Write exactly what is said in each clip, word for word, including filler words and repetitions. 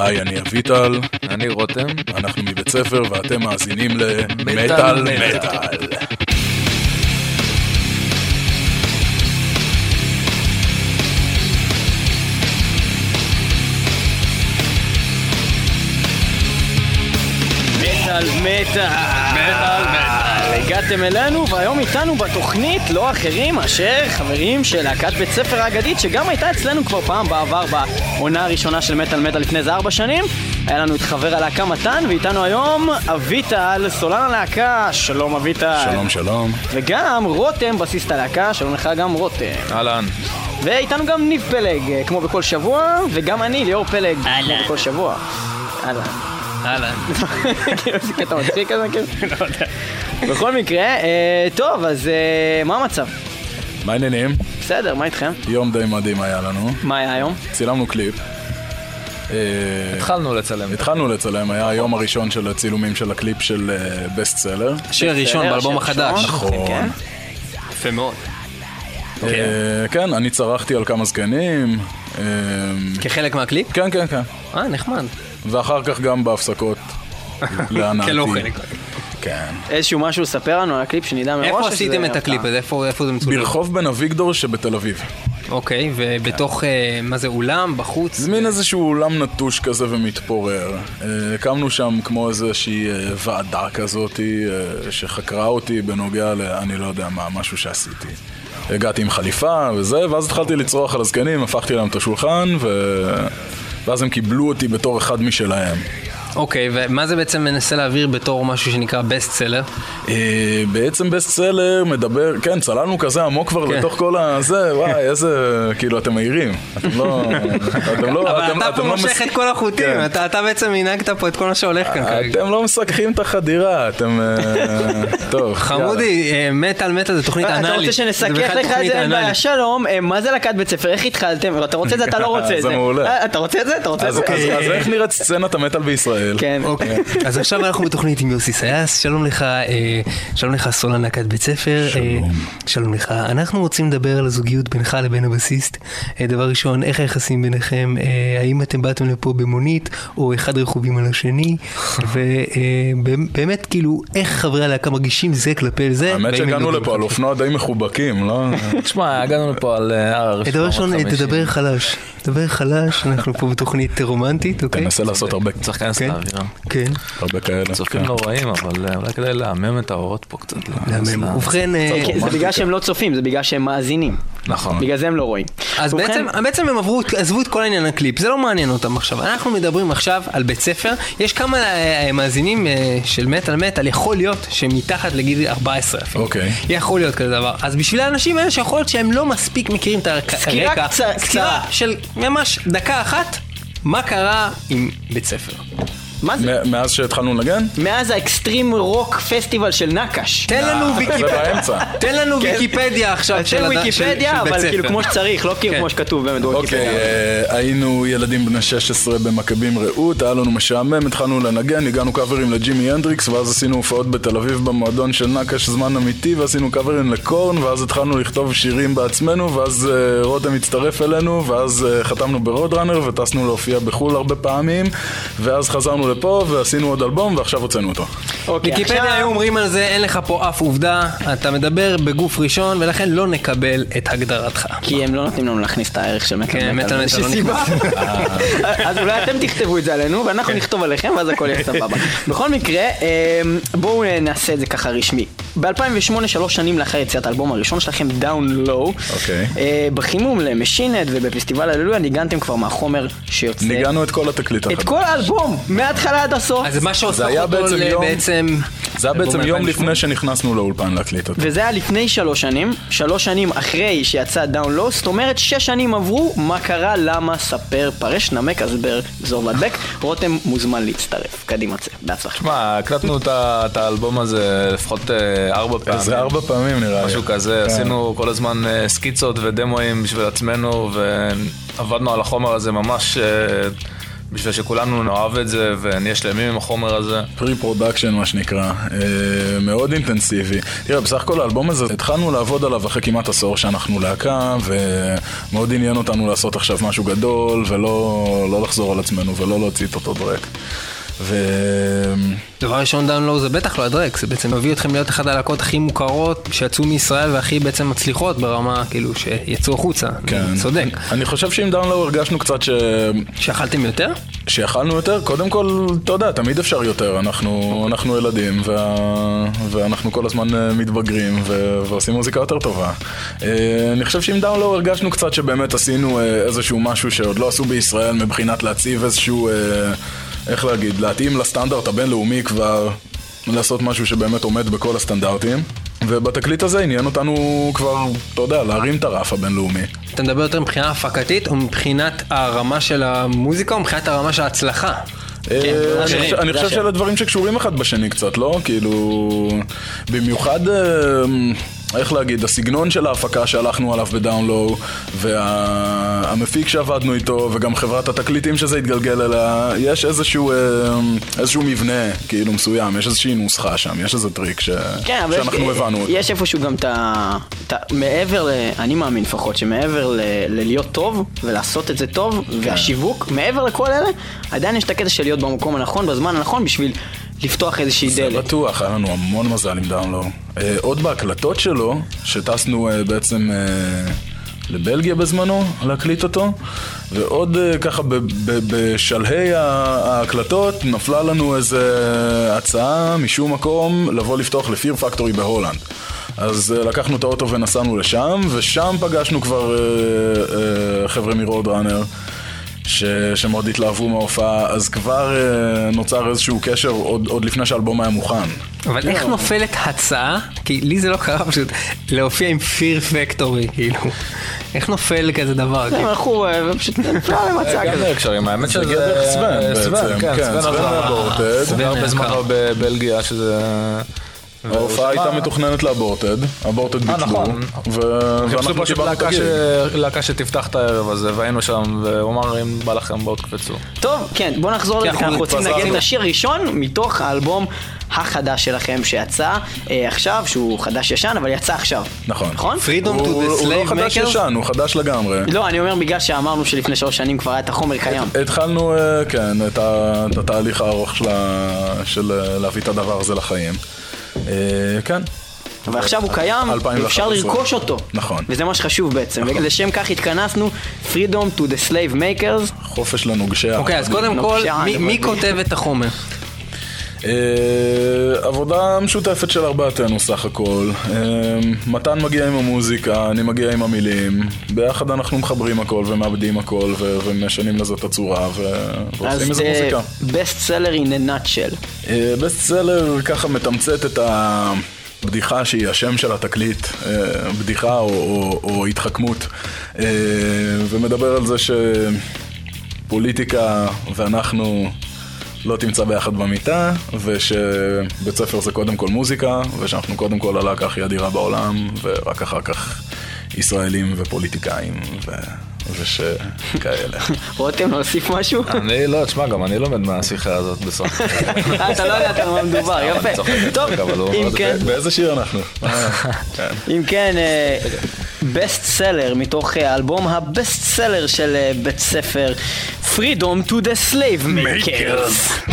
היי, אני אביטל. אני רותם. אנחנו מבית ספר ואתם מאזינים למטל מטל. מטל מטל מטל מטל הגעתם אלינו, והיום איתנו בתוכנית לא אחרים מאשר חברים של להקת בית ספר האגדית, שגם הייתה אצלנו כבר פעם בעבר בעונה הראשונה של מטל מטל לפני זה ארבע שנים. היה לנו את חבר הלהקה מתן, ואיתנו היום אביטל, סולן הלהקה. שלום אביטל. שלום שלום. וגם רותם, בסיסט הלהקה. שלום לך גם רותם. אהלן. ואיתנו גם ניב פלג, כמו בכל שבוע, וגם אני ליאור פלג, כמו בכל שבוע. אהלן. אהלן. כאילו זה קטע מצחיק כזה, כאילו? לא יודע. בכל מקרה, טוב, אז מה המצב? מה העניינים? בסדר, מה איתכם? יום די מדהים היה לנו. מה היה היום? צילמנו קליפ. התחלנו לצלם. התחלנו לצלם, היה היום הראשון של הצילומים של הקליפ של בסט סלר. שיר ראשון באלבום החדש. נכון. יפה מאוד. כן, אני צרחתי על כמה זקנים. כחלק מהקליפ? כן, כן, כן. אה, נחמד. ואחר כך גם בהפסקות להנעתי. כלא חלק. כן. איזשהו משהו לספר לנו על הקליפ שנדע מראש? איפה עשיתם את הקליפ הזה? איפה זה מצולם? ברחוב בן אביגדור שבתל אביב. אוקיי, ובתוך, מה זה, אולם, בחוץ? זה מין איזשהו אולם נטוש כזה ומתפורר. הקמנו שם כמו איזושהי ועדה כזאת שחקרה אותי בנוגע ל... אני לא יודע מה, משהו שעשיתי. הגעתי עם חליפה וזה, ואז התחלתי לצרוח על הזקנים, הפכתי להם את השולחן, ו... ואז הם קיבלו אותי בתור אחד משלהם. אוקיי, ומה זה בעצם מנסה להעביר בתור משהו שנקרא בסט סלר? בעצם בסט סלר מדבר, כן, צללנו כזה עמוק כבר לתוך כל הזה, וואי, איזה, כאילו, אתם מהירים. אתם לא... אבל אתה פה מושך את כל החוטים, אתה בעצם הנהגת פה את כל מה שהולך כאן כרגע. אתם לא משחקים את החדירה, אתם... טוב, חמודי, מטל מטל זה תוכנית אנלית. אתה רוצה שנסכך לך את זה? שלום, מה זה להקת בית ספר? איך התחלתם? אתה רוצה את זה? אתה לא רוצה את זה. זה מעולה. אתה רוצה את זה? אתה רוצה את זה? אז איך נראית סצנת המטל בישראל? כן. אוקיי. אז עכשיו אנחנו בתוכנית עם יוסי סייס. שלום לך, שלום לך סולן להקת בית ספר. שלום. שלום לך. אנחנו רוצים לדבר על הזוגיות בינך לבין הבסיסט. דבר ראשון, איך היחסים ביניכם? האם אתם באתם לפה במונית או אחד רכובים על השני? ובאמת, כאילו, איך חברי הלהקה מרגישים זה כלפי זה? האמת שהגענו לפה על אופנוע די מחובקים, לא? תשמע, הגענו לפה על... דבר ראשון, תדבר חלש. תדבר חלש, אנחנו פה בתוכנית רומנטית, אוקיי? תנסה לעשות הרבה. צריך להיכנס לאווירה. כן. הרבה כאלה. צופים לא רואים, אבל אולי כדי להמם את האורות פה קצת. להמם. ובכן... זה בגלל שהם לא צופים, זה בגלל שהם מאזינים. נכון. בגלל זה הם לא רואים. אז בעצם הם עזבו את כל העניין הקליפ, זה לא מעניין אותם עכשיו. אנחנו מדברים עכשיו על בית ספר. יש כמה מאזינים של מטל מטל, יכול להיות שהם מתחת לגיל ארבע עשרה אפילו. אוקיי. יכול להיות כזה דבר. אז בשביל האנשים האלה שיכול להיות שהם לא מספיק מכירים את הרקע. סקירה של ממש דקה אחת, מה קרה עם בית ספר? מה זה? מאז שהתחלנו לנגן? מאז האקסטרים רוק פסטיבל של נקש. תן לנו ויקיפדיה. תן לנו ויקיפדיה עכשיו של בית ספר. תן ויקיפדיה, אבל כאילו כמו שצריך, לא כאילו כמו שכתוב באמת בוויקיפדיה. אוקיי, היינו ילדים בני שש עשרה במכבים רעות, היה לנו משעמם, התחלנו לנגן, הגענו קאברים לג'ימי הנדריקס, ואז עשינו הופעות בתל אביב במועדון של נקש זמן אמיתי, ועשינו קאברים לקורן, ואז התחלנו לכתוב שירים בעצמנו, ואז רותם הצטרף אלינו, ואז חתמנו ברוד ראנר וטסנו להופיע בחול הרבה פעמים, ואז חזרנו לפה ועשינו עוד אלבום ועכשיו הוצאנו אותו. ויקיפדיה היו אומרים על זה, אין לך פה אף עובדה, אתה מדבר בגוף ראשון ולכן לא נקבל את הגדרתך. כי הם לא נותנים לנו להכניס את הערך של מטל מטל. מטל מטל לא נכנס. אז אולי אתם תכתבו את זה עלינו ואנחנו נכתוב עליכם ואז הכל יהיה סבבה. בכל מקרה, בואו נעשה את זה ככה רשמי. ב-אלפיים ושמונה, שלוש שנים לאחר יציאת האלבום הראשון שלכם, Down Low, בחימום למשינד ובפסטיבל הללויה ניגנתם כבר מהחומר שיוצא. ניגענו את כל התקליט. את כל האלבום, מההתחלה עד הסוף. אז מה שעושה אותו בעצם... זה היה בעצם יום לפני שנכנסנו לאולפן להקליט אותו. וזה היה לפני שלוש שנים, שלוש שנים אחרי שיצא Down Low, זאת אומרת שש שנים עברו, מה קרה, למה, ספר, פרש, נמק, הסבר, זור מדבק, רותם מוזמן להצטרף. קדימה צא, בהצלחה. תשמע, הקלטנו את האלבום הזה לפחות ארבע פעמים. זה ארבע פעמים נראה לי. משהו כזה, עשינו כל הזמן סקיצות ודמואים בשביל עצמנו, ועבדנו על החומר הזה ממש בשביל שכולנו נאהב את זה ונהיה שלמים עם החומר הזה. פרי-פרודקשן מה שנקרא, מאוד אינטנסיבי. תראה, בסך הכל האלבום הזה התחלנו לעבוד עליו אחרי כמעט עשור שאנחנו להקה, ומאוד עניין אותנו לעשות עכשיו משהו גדול ולא לא לחזור על עצמנו ולא להוציא את אותו דרק. ו... דבר ראשון, דאונלואו זה בטח לא הדרק, זה בעצם מביא אתכם להיות אחד הלהקות הכי מוכרות שיצאו מישראל והכי בעצם מצליחות ברמה כאילו שיצאו החוצה. כן. אני צודק. אני חושב שעם דאונלואו הרגשנו קצת ש... שאכלתם יותר? שיכלנו יותר, קודם כל, אתה יודע, תמיד אפשר יותר, אנחנו, אנחנו ילדים וה... ואנחנו כל הזמן מתבגרים ו... ועושים מוזיקה יותר טובה. אני חושב שעם דאונלואו הרגשנו קצת שבאמת עשינו איזשהו משהו שעוד לא עשו בישראל מבחינת להציב איזשהו... איך להגיד, להתאים לסטנדרט הבינלאומי כבר, לעשות משהו שבאמת עומד בכל הסטנדרטים. ובתקליט הזה עניין אותנו כבר, אתה יודע, להרים את הרף הבינלאומי. אתה מדבר יותר מבחינה הפקתית או מבחינת הרמה של המוזיקה או מבחינת הרמה של ההצלחה? אני חושב שאלה דברים שקשורים אחד בשני קצת, לא? כאילו, במיוחד... איך להגיד, הסגנון של ההפקה שהלכנו עליו בדאונלואו והמפיק שעבדנו איתו וגם חברת התקליטים שזה התגלגל אליה, יש איזשהו, איזשהו מבנה כאילו מסוים, יש איזושהי נוסחה שם, יש איזה טריק ש... כן, שאנחנו יש, הבנו אותו. יש איפשהו גם את מעבר, ל, אני מאמין לפחות, שמעבר ל, ללהיות טוב ולעשות את זה טוב, כן. והשיווק, מעבר לכל אלה, עדיין יש את הקטע של להיות במקום הנכון, בזמן הנכון, בשביל לפתוח איזושהי דלת. זה בטוח, היה לנו המון מזל עם דאונלואו. אה, עוד בהקלטות שלו, שטסנו אה, בעצם אה, לבלגיה בזמנו, להקליט אותו, ועוד אה, ככה ב- ב- בשלהי ההקלטות נפלה לנו איזו הצעה משום מקום לבוא לפתוח לפיר פקטורי בהולנד. אז uh, לקחנו את האוטו ונסענו לשם, ושם פגשנו כבר uh, uh, חבר'ה מרוד ראנר, ש... שמאוד התלהבו מההופעה, אז כבר uh, נוצר איזשהו קשר עוד, עוד לפני שהאלבום היה מוכן. אבל איך נופלת הצעה, כי לי זה לא קרה פשוט, להופיע עם פיר פקטורי, כאילו. איך נופל כזה דבר? זה אנחנו פשוט נפלה למצע כזה. גם הקשרים, האמת שזה... דרך סוון בעצם, כן, סוון מהבורטד. סוון הרבה זמן לא בבלגיה, שזה... ההופעה הייתה מתוכננת לאבורטד, אבורטד ביטלו, ואנחנו קיבלנו את הגיל. להקה שתפתח את הערב הזה, והיינו שם, והוא אמר אם בא לכם באות קפצו. טוב, כן, בוא נחזור לזה, אנחנו רוצים לנגן את השיר ראשון מתוך האלבום החדש שלכם שיצא עכשיו, שהוא חדש ישן, אבל יצא עכשיו. נכון. נכון? Freedom to the הוא לא Slave חדש Makers? ישן, הוא חדש לגמרי. לא, אני אומר בגלל שאמרנו שלפני שלוש שנים כבר היה את החומר קיים. התחלנו, כן, את התהליך הארוך של להביא את הדבר הזה לחיים. כן. אבל עכשיו הוא קיים, ואפשר לרכוש אותו. נכון. וזה מה שחשוב בעצם. ולשם כך התכנסנו, Freedom to the Slave Makers. חופש לנוגשי. אוקיי, אז קודם כל, מי כותב את החומר? עבודה משותפת של ארבעתנו סך הכל. מתן מגיע עם המוזיקה, אני מגיע עם המילים. ביחד אנחנו מחברים הכל ומאבדים הכל ומשנים לזה את הצורה ועושים איזה מוזיקה. אז best seller in a nutshell. best seller ככה מתמצת את הבדיחה שהיא השם של התקליט, בדיחה או, או, או התחכמות, ומדבר על זה שפוליטיקה ואנחנו לא תמצא ביחד במיטה, ושבית ספר זה קודם כל מוזיקה, ושאנחנו קודם כל הלהקה הכי אדירה בעולם, ורק אחר כך ישראלים ופוליטיקאים ו... ושכאלה. רותם, להוסיף משהו? אני לא, תשמע, גם אני לומד מהשיחה הזאת בסוף. אתה לא יודע מה מדובר, יפה. טוב, אם כן... באיזה שיר אנחנו? אם כן, best seller מתוך האלבום ה-best seller של בית ספר Freedom to the Slave Makers.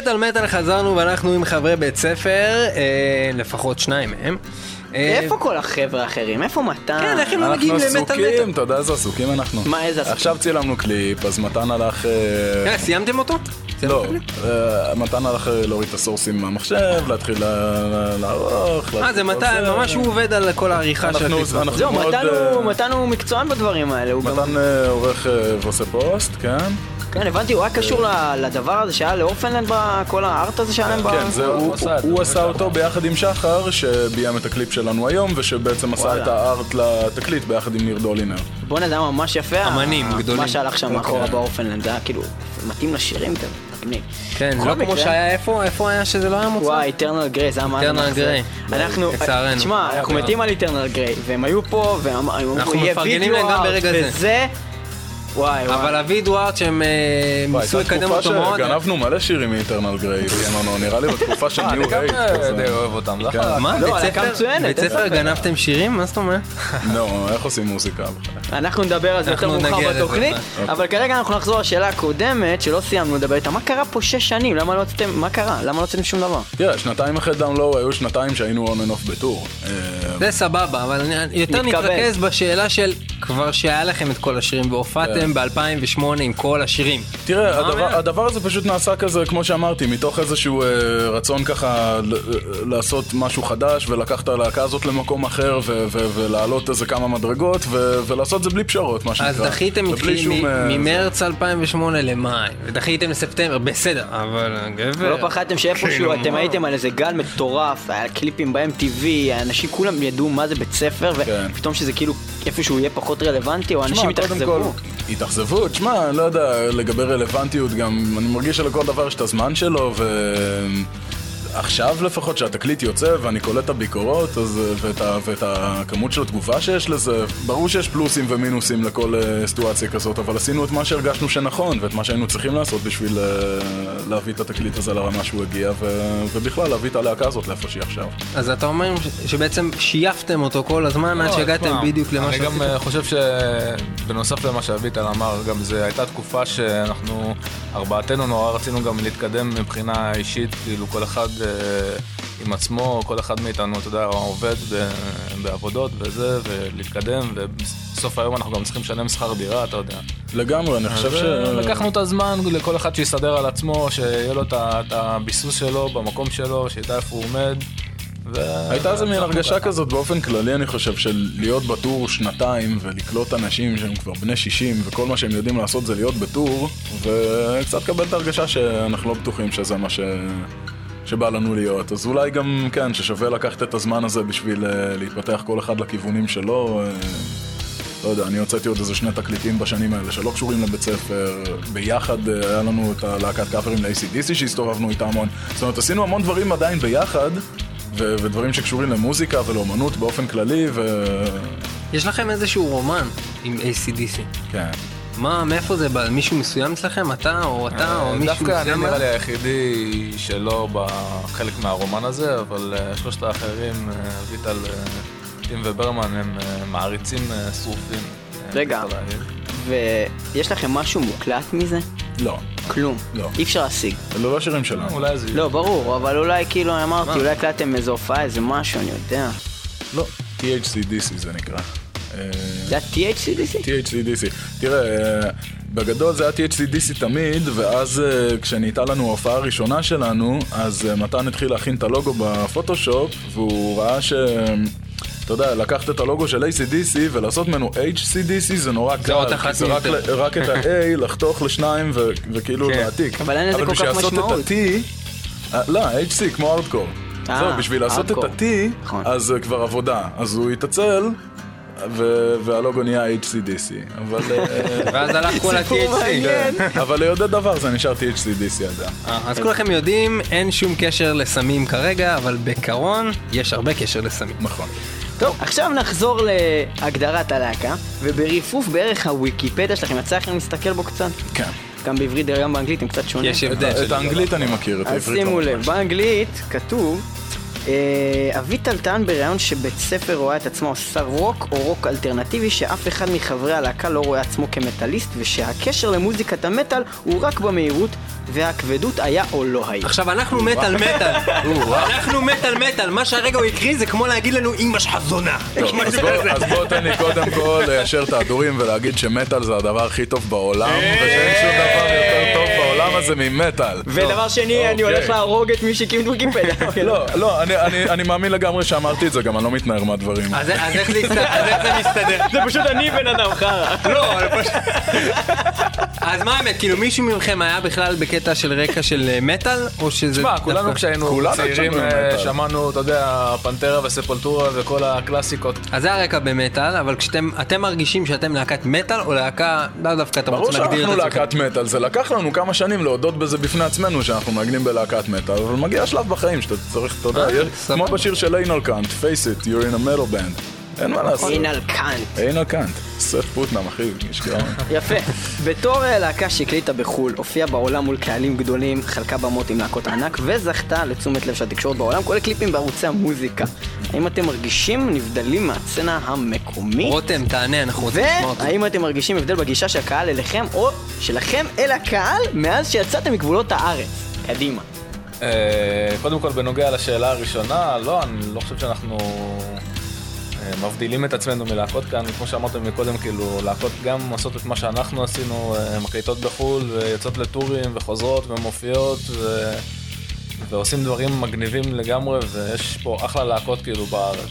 מטל מטל חזרנו ואנחנו עם חברי בית ספר, אה, לפחות שניים מהם. איפה כל החבר'ה האחרים? איפה מתן? כן, איך הם לא מגיעים למטל מטל? אנחנו עסוקים, אתה יודע איזה עסוקים אנחנו. מה, איזה עסוקים? עכשיו צילמנו קליפ, אז מתן הלך... כן, סיימתם אותו? לא, מתן הלך להוריד את הסורסים מהמחשב, להתחיל לערוך. אה, זה מתן, ממש הוא עובד על כל העריכה של הקליפ. זהו, מתן הוא מקצוען בדברים האלה. מתן עורך ועושה פוסט, כן. כן, הבנתי, הוא היה קשור לדבר הזה שהיה לאורפנלנד, כל הארט הזה שהיה להם ב... כן, הוא עשה אותו ביחד עם שחר, שביים את הקליפ שלנו היום, ושבעצם עשה את הארט לתקליט ביחד עם ניר דולינר. בוא נדע, ממש יפה. אמנים גדולים. מה שהלך שם מאחורה באורפנלנד, זה היה כאילו מתאים לשירים כזה. כן, לא כמו שהיה איפה, איפה היה שזה לא היה מוצא? וואי, איטרנל גריי, זה היה איטרנל גריי. אנחנו, תשמע, אנחנו מתים על איטרנל גריי, והם היו פה, אנחנו מפרגנים להם גם ברגע זה. וואי, וואי. אבל אביד ווארד שהם ניסו לקדם אותו מאוד. הייתה תקופה שגנבנו מלא שירים מאיטרנל גריי, נראה לי בתקופה של ניו הייט. אני די אוהב אותם. מה? בית ספר גנבתם שירים? מה זאת אומרת? לא, איך עושים מוזיקה? אנחנו נדבר על זה יותר מאוחר בתוכנית, אבל כרגע אנחנו נחזור לשאלה הקודמת שלא סיימנו לדבר איתה. מה קרה פה שש שנים? למה לא הוצאתם? מה קרה? למה לא הוצאתם שום דבר? תראה, שנתיים אחרי דאונלואו היו שנתיים שהיינו און אנד אוף בטור. זה סבבה, אבל יותר נתרכז בשאלה של כבר שהיה לכם את כל השירים והופעתם ב-אלפיים ושמונה עם כל השירים. תראה, הדבר, הדבר הזה פשוט נעשה כזה, כמו שאמרתי, מתוך איזשהו אה, רצון ככה ל- לעשות משהו חדש, ולקח את הלהקה הזאת למקום אחר, ו- ו- ולעלות איזה כמה מדרגות, ו- ולעשות זה בלי פשרות, מה שנקרא. אז דחיתם ממרץ אלפיים ושמונה למאי, ודחיתם לספטמבר, בסדר, אבל גבר... לא פחדתם שאיפשהו אתם הייתם על איזה גל מטורף, היה קליפים ב-אם טי וי, האנשים כולם ידעו מה זה בית ספר, ופתאום שזה כאילו איפשהו יהיה פחות רלוונטי, או אנשים יתאכזבו. התאכזבו, תשמע, לא יודע, לגבי רלוונטיות גם, אני מרגיש שלכל דבר יש את הזמן שלו, ועכשיו לפחות שהתקליט יוצא ואני קולט את הביקורות, אז, ואת, ה, ואת הכמות של התגובה שיש לזה, ברור שיש פלוסים ומינוסים לכל סיטואציה כזאת, אבל עשינו את מה שהרגשנו שנכון, ואת מה שהיינו צריכים לעשות בשביל להביא את התקליט הזה לרמה שהוא הגיע, ו, ובכלל להביא את הלהקה הזאת לאיפה שהיא עכשיו. אז אתה אומר שבעצם שייפתם אותו כל הזמן עד שהגעתם בדיוק למה אני גם חושב שבנוסף למה שאביטל אמר, גם זה הייתה תקופה שאנחנו, ארבעתנו נורא רצינו גם להתקדם מבחינה אישית, כאילו כל אחד עם עצמו, כל אחד מאיתנו, אתה יודע, עובד בעבודות וזה, ולהתקדם, ובסוף היום אנחנו גם צריכים לשלם שכר דירה, אתה יודע. לגמרי, אני חושב ש... לקחנו את הזמן לכל אחד שיסדר על עצמו, שיהיה לו את הביסוס שלו, במקום שלו, שידע איפה הוא עומד. הייתה איזה מין הרגשה כזאת באופן כללי, אני חושב, של להיות בטור שנתיים ולקלוט אנשים שהם כבר בני שישים וכל מה שהם יודעים לעשות זה להיות בטור, וקצת קבל את הרגשה שאנחנו לא בטוחים שזה מה ש... שבא לנו להיות. אז אולי גם, כן, ששווה לקחת את הזמן הזה בשביל להתפתח כל אחד לכיוונים שלו. לא יודע, אני הוצאתי עוד איזה שני תקליטים בשנים האלה שלא קשורים לבית ספר. ביחד היה לנו את הלהקת קאברים ל-איי סי די סי שהסתובבנו איתה המון. זאת אומרת, עשינו המון דברים עדיין ביחד, ו- ודברים שקשורים למוזיקה ולאומנות באופן כללי, ו... יש לכם איזשהו רומן עם איי סי די סי? כן. מה, מאיפה זה בא? מישהו מסוים אצלכם? אתה או אתה או מישהו מסוים? דווקא אני נראה לי היחידי שלא בחלק מהרומן הזה, אבל שלושת האחרים, ויטל, טים וברמן, הם מעריצים שרופים. רגע, ויש לכם משהו מוקלט מזה? לא. כלום. לא. אי אפשר להשיג. לא, לא שירים שלנו. אולי זה... לא, ברור, אבל אולי כאילו אמרתי, אולי הקלטתם איזו הופעה, איזה משהו, אני יודע. לא, טי אייץ' סי די סי זה נקרא. זה היה טי אייץ' סי די סי? טי אייץ' סי די סי. תראה, בגדול זה היה טי אייץ' סי די סי תמיד, ואז כשנהייתה לנו ההופעה הראשונה שלנו, אז מתן התחיל להכין את הלוגו בפוטושופ, והוא ראה ש... אתה יודע, לקחת את הלוגו של איי סי די סי ולעשות ממנו אייץ' סי די סי זה נורא קל, זה רק את ה-A לחתוך לשניים וכאילו להעתיק. אבל אין לזה כל כך משמעות. אבל בשביל לעשות את ה-T, לא, אייץ' סי כמו ארדקור. זהו, בשביל לעשות את ה-T, אז זה כבר עבודה. אז הוא יתעצל, והלוגו נהיה אייץ' סי די סי. ואז הלך כל ה-טי אייץ' סי. אבל ליודע דבר זה נשאר טי אייץ' סי די סי עדיין. אז כולכם יודעים, אין שום קשר לסמים כרגע, אבל בקרון יש הרבה קשר לסמים. נכון. טוב, עכשיו נחזור להגדרת הלהקה, ובריפוף בערך הוויקיפדיה שלכם, יצא לכם להסתכל בו קצת? כן. גם בעברית וגם באנגלית הם קצת שונים. יש הבדל. את האנגלית אני מכיר, את העברית. אז שימו לב, באנגלית כתוב אביטל טען בראיון שבית ספר רואה את עצמו עושה רוק או רוק אלטרנטיבי, שאף אחד מחברי הלהקה לא רואה עצמו כמטליסט, ושהקשר למוזיקת המטל הוא רק במהירות והכבדות, היה או לא היה. עכשיו אנחנו מטל מטל, אנחנו מטל מטל, מה שהרגע הוא הקריא זה כמו להגיד לנו אמא שלך זונה. אז בוא תן לי קודם כל ליישר את ההדורים ולהגיד שמטל זה הדבר הכי טוב בעולם, ושאין שום דבר יותר טוב בעולם הזה ממטל. ודבר שני, אני הולך להרוג את מי שהקים את ויקיפדיה. לא, לא, אני מאמין לגמרי שאמרתי את זה, גם אני לא מתנער מהדברים. אז איך זה מסתדר? זה פשוט אני בן אדם חרא. לא, פשוט... אז מה האמת, כאילו מישהו מכם היה בכלל בקטע של רקע של מטל, או שזה... תשמע, כולנו כשהיינו צעירים שמענו, אתה יודע, פנטרה וספולטורה וכל הקלאסיקות. אז זה הרקע במטל, אבל כשאתם מרגישים שאתם להקת מטל, או להקה, לא דווקא אתם רוצים להגדיר את ברור עצמכם. שאנחנו להקת מטל, זה לקח לנו כמה שנים להודות בזה בפני עצמנו שאנחנו מנגנים בלהקת מטל, אבל מגיע שלב בחיים שאתה צריך, אתה יודע, כמו בשיר של איינל קאנט, Face it, you're in a metal band. אין מה לעשות. איינל קאנט. איינל קאנט. סף פוטנאם, אחי, משגרון. יפה. בתור להקה שהקליטה בחול, הופיעה בעולם מול קהלים גדולים, חלקה במות עם להקות ענק, וזכתה לתשומת לב של התקשורת בעולם, כולל קליפים בערוצי המוזיקה. האם אתם מרגישים נבדלים מהסצנה המקומית? רותם, תענה, אנחנו רוצים לשמוע אותו. והאם אתם מרגישים הבדל בגישה של הקהל אליכם, או שלכם אל הקהל, מאז שיצאתם מגבולות הארץ? קדימה. קודם כל, בנוגע לשאלה הראשונה, לא, אני לא חושב שאנחנו מבדילים את עצמנו מלהקות כאן, כמו שאמרתם מקודם, כאילו, להקות גם עושות את מה שאנחנו עשינו, מקליטות בחול, ויוצאות לטורים, וחוזרות, ומופיעות, ו... ועושים דברים מגניבים לגמרי, ויש פה אחלה להקות כאילו בארץ.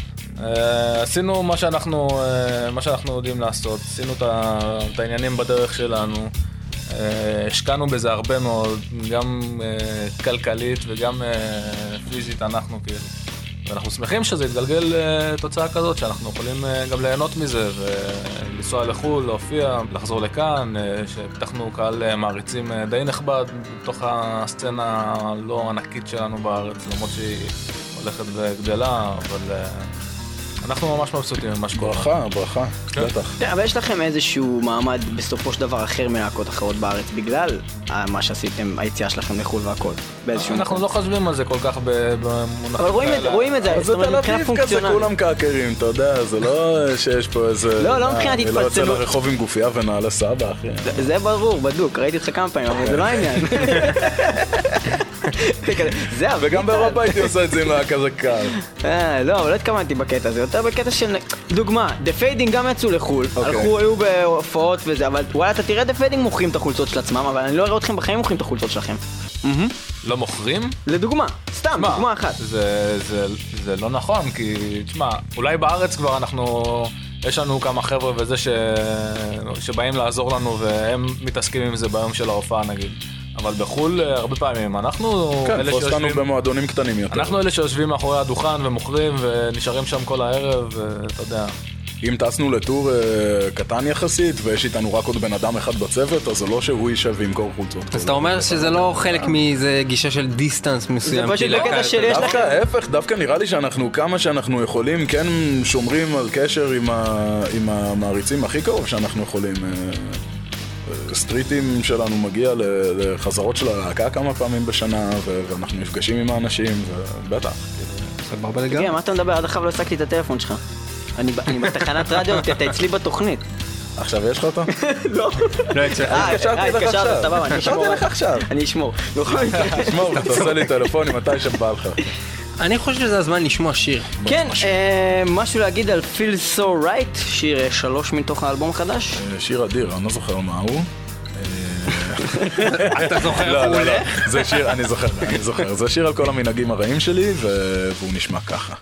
עשינו מה שאנחנו, מה שאנחנו יודעים לעשות, עשינו את העניינים בדרך שלנו, השקענו בזה הרבה מאוד, גם כלכלית וגם פיזית אנחנו כאילו. ואנחנו שמחים שזה יתגלגל תוצאה כזאת, שאנחנו יכולים גם ליהנות מזה ולנסוע לחול, להופיע, לחזור לכאן, שפתחנו קהל מעריצים די נכבד בתוך הסצנה הלא ענקית שלנו בארץ, למרות שהיא הולכת וגדלה, אבל אנחנו ממש מבסוטים ממה שקורה. ברכה, ברכה, בטח. אבל יש לכם איזשהו מעמד בסופו של דבר אחר מלהקות אחרות בארץ, בגלל מה שעשיתם, היציאה שלכם לחול והכל. אנחנו לא חושבים על זה כל כך במונחים. אבל רואים את זה, זאת אומרת, מבחינה פונקציונלית. כזה כולם קעקרים, אתה יודע, זה לא שיש פה איזה... לא, לא מבחינת התפצלות. אני לא יוצא לרחוב עם גופייה ונעלה סבא, אחי. זה ברור, בדוק, ראיתי אותך כמה פעמים, אבל זה לא העניין. וגם באירופה הייתי עושה את זה עם כזה קל. לא, אבל לא התכוונתי בקטע הזה, יותר בקטע של... דוגמה, The Fading גם יצאו לחול, הלכו, היו בהופעות וזה, אבל וואלה, אתה תראה The Fading מוכרים את החולצות של עצמם, אבל אני לא אראה אתכם בחיים מוכרים את החולצות שלכם. לא מוכרים? לדוגמה, סתם, דוגמה אחת. זה לא נכון, כי, תשמע, אולי בארץ כבר אנחנו... יש לנו כמה חבר'ה וזה שבאים לעזור לנו, והם מתעסקים עם זה ביום של ההופעה, נגיד. אבל בחול הרבה פעמים אנחנו כן, פוסטנו במועדונים קטנים יותר. אנחנו אלה שיושבים מאחורי הדוכן ומוכרים ונשארים שם כל הערב, ואתה יודע. אם טסנו לטור uh, קטן יחסית ויש איתנו רק עוד בן אדם אחד בצוות, אז זה לא שהוא יישב וימכור חולצות. אז אתה אומר שזה לא חלק מאיזה גישה של דיסטנס מסוים. זה פשוט בקטע של יש לכם. דווקא ההפך, דווקא נראה לי שאנחנו כמה שאנחנו יכולים כן שומרים על קשר עם, ה, עם המעריצים הכי קרוב שאנחנו יכולים. סטריטים שלנו מגיע לחזרות של הלהקה כמה פעמים בשנה, ואנחנו נפגשים עם האנשים, ובטח. סבבה לגמרי. מה אתה מדבר? עד עכשיו לא השגתי את הטלפון שלך. אני בתחנת רדיו, אתה אצלי בתוכנית. עכשיו יש לך אותו? לא. לא הצלחתי. אה, התקשרתי לך עכשיו. סבבה, אני אשמור. התקשרתי לך עכשיו. אני אשמור. תשמור, אתה עושה לי טלפונים מתי שבא לך. אני חושב שזה הזמן לשמוע שיר. כן, משהו להגיד על Feel So Right, שיר שלוש מתוך האלבום החדש? שיר אדיר, אני לא זוכר מה הוא. אתה זוכר איך הוא הולך? זה שיר, אני זוכר, אני זוכר. זה שיר על כל המנהגים הרעים שלי, והוא נשמע ככה.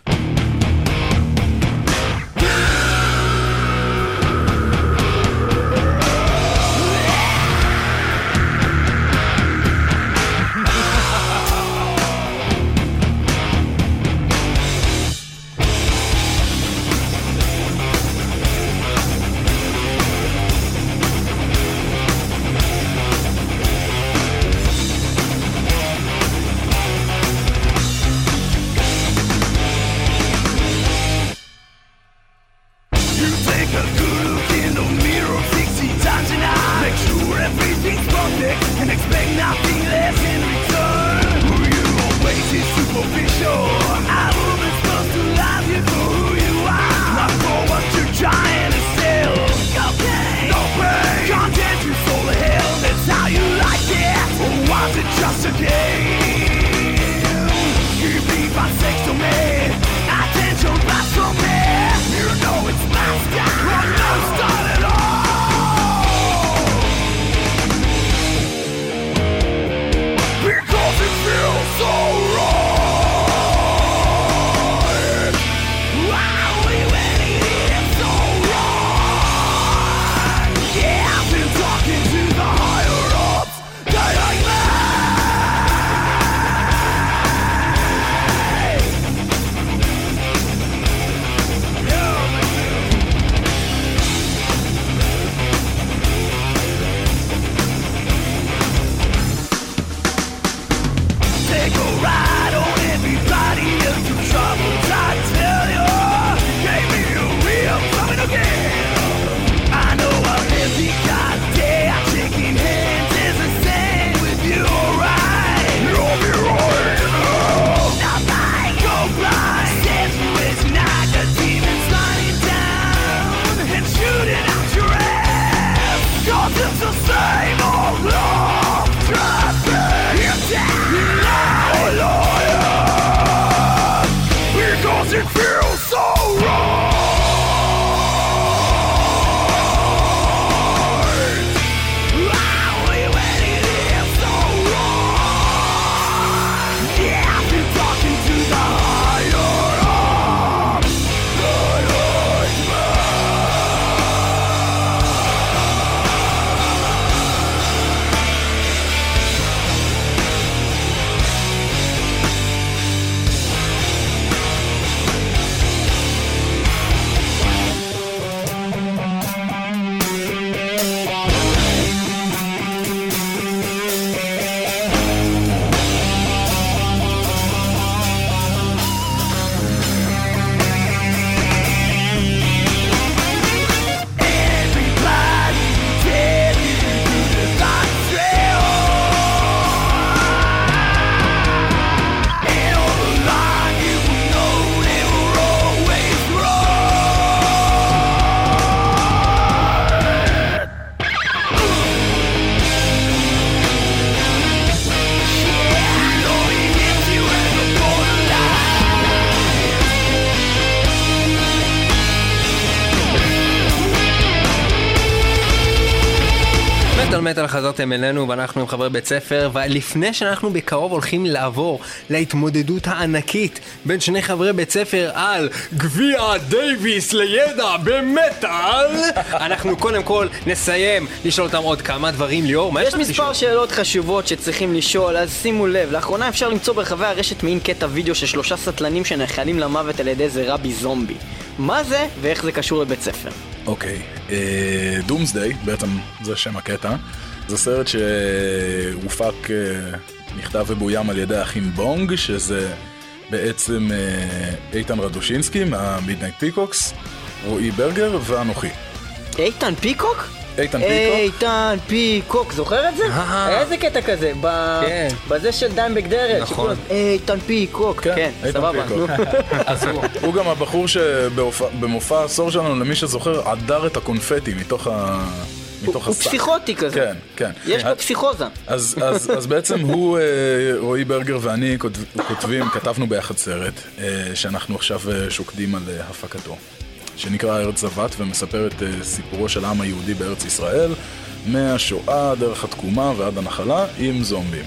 מטל מטל חזרתם אלינו ואנחנו עם חברי בית ספר, ולפני שאנחנו בקרוב הולכים לעבור להתמודדות הענקית בין שני חברי בית ספר על גביע דייביס לידע במטל, אנחנו קודם כל נסיים לשאול אותם עוד כמה דברים. ליאור, מה יש יש מספר שאלות חשובות שצריכים לשאול, אז שימו לב. לאחרונה אפשר למצוא ברחבי הרשת מעין קטע וידאו של שלושה סטלנים שנחלים למוות על ידי איזה רבי זומבי. מה זה ואיך זה קשור לבית ספר? אוקיי, דומסדיי, בעצם זה שם הקטע, זה סרט שהופק, נכתב ובוים על ידי האחים בונג, שזה בעצם איתן רדושינסקי מהמידנייט פיקוקס, רועי ברגר ואנוכי. איתן פיקוק? איתן פיקוק. איתן פיקוק, זוכר את זה? היה איזה קטע כזה, בזה של דיימבק דרל. נכון. איתן פיקוק, כן, סבבה. הוא גם הבחור שבמופע העשור שלנו, למי שזוכר, עדר את הקונפטי מתוך ה... הוא פסיכוטי כזה. כן, כן. יש לו פסיכוזה. אז בעצם הוא, רועי ברגר ואני כותבים, כתבנו ביחד סרט, שאנחנו עכשיו שוקדים על הפקתו, שנקרא ארץ זבת, ומספר את סיפורו של העם היהודי בארץ ישראל, מהשואה דרך התקומה ועד הנחלה, עם זומבים.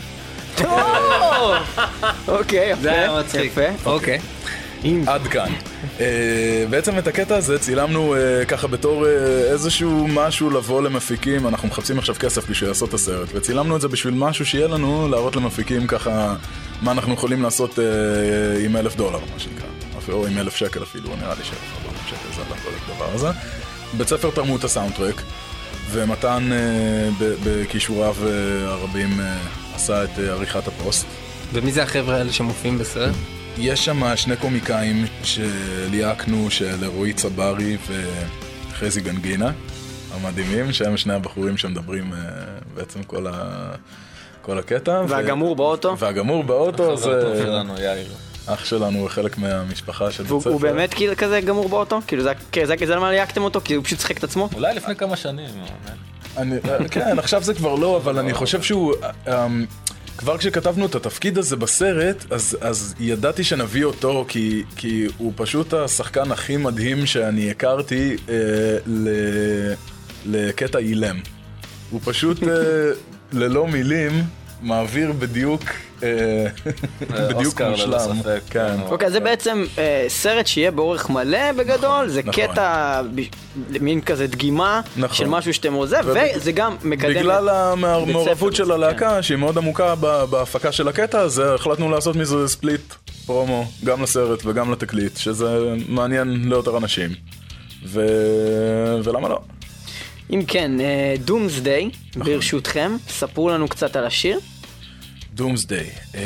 אוקיי, זה היה מצחיק. אוקיי. עד כאן. בעצם את הקטע הזה צילמנו ככה בתור איזשהו משהו לבוא למפיקים, אנחנו מחפשים עכשיו כסף בשביל לעשות את הסרט, וצילמנו את זה בשביל משהו שיהיה לנו להראות למפיקים ככה מה אנחנו יכולים לעשות עם אלף דולר, מה שנקרא, או עם אלף שקל אפילו, נראה לי שאלף דולר שקל זה הכל הדבר הזה. בית ספר תרמו את הסאונדטרק, ומתן בכישוריו הרבים עשה את עריכת הפוסט. ומי זה החבר'ה האלה שמופיעים בסרט? יש שם שני קומיקאים שליהקנו, של רועי צברי וחזי גנגינה, המדהימים, שהם שני הבחורים שמדברים בעצם כל, ה... כל הקטע. והגמור ו... באוטו. והגמור באוטו זה... שלנו, יאיר. אח שלנו הוא חלק מהמשפחה של בית ספר. הוא באמת כזה גמור באוטו? כאילו זה, זה, זה למה ליהקתם אותו? כי הוא פשוט שחק את עצמו? אולי לפני כמה שנים. אני, כן, עכשיו זה כבר לא, אבל אני חושב שהוא... כבר כשכתבנו את התפקיד הזה בסרט, אז, אז ידעתי שנביא אותו, כי, כי הוא פשוט השחקן הכי מדהים שאני הכרתי אה, ל, לקטע אילם. הוא פשוט אה, ללא מילים מעביר בדיוק, אה, בדיוק מושלם. כן. אוקיי, זה בעצם אה, סרט שיהיה באורך מלא בגדול, זה נכון. קטע, מין כזה דגימה נכון. של משהו שאתם עושה, וזה גם מקדם... בגלל המעורבות של הלהקה, כן. שהיא מאוד עמוקה בהפקה של הקטע הזה, החלטנו לעשות מזה ספליט פרומו, גם לסרט וגם לתקליט, שזה מעניין ליותר אנשים. ו... ולמה לא? אם כן, דומסדיי, נכון. ברשותכם, ספרו לנו קצת על השיר. דומסדיי.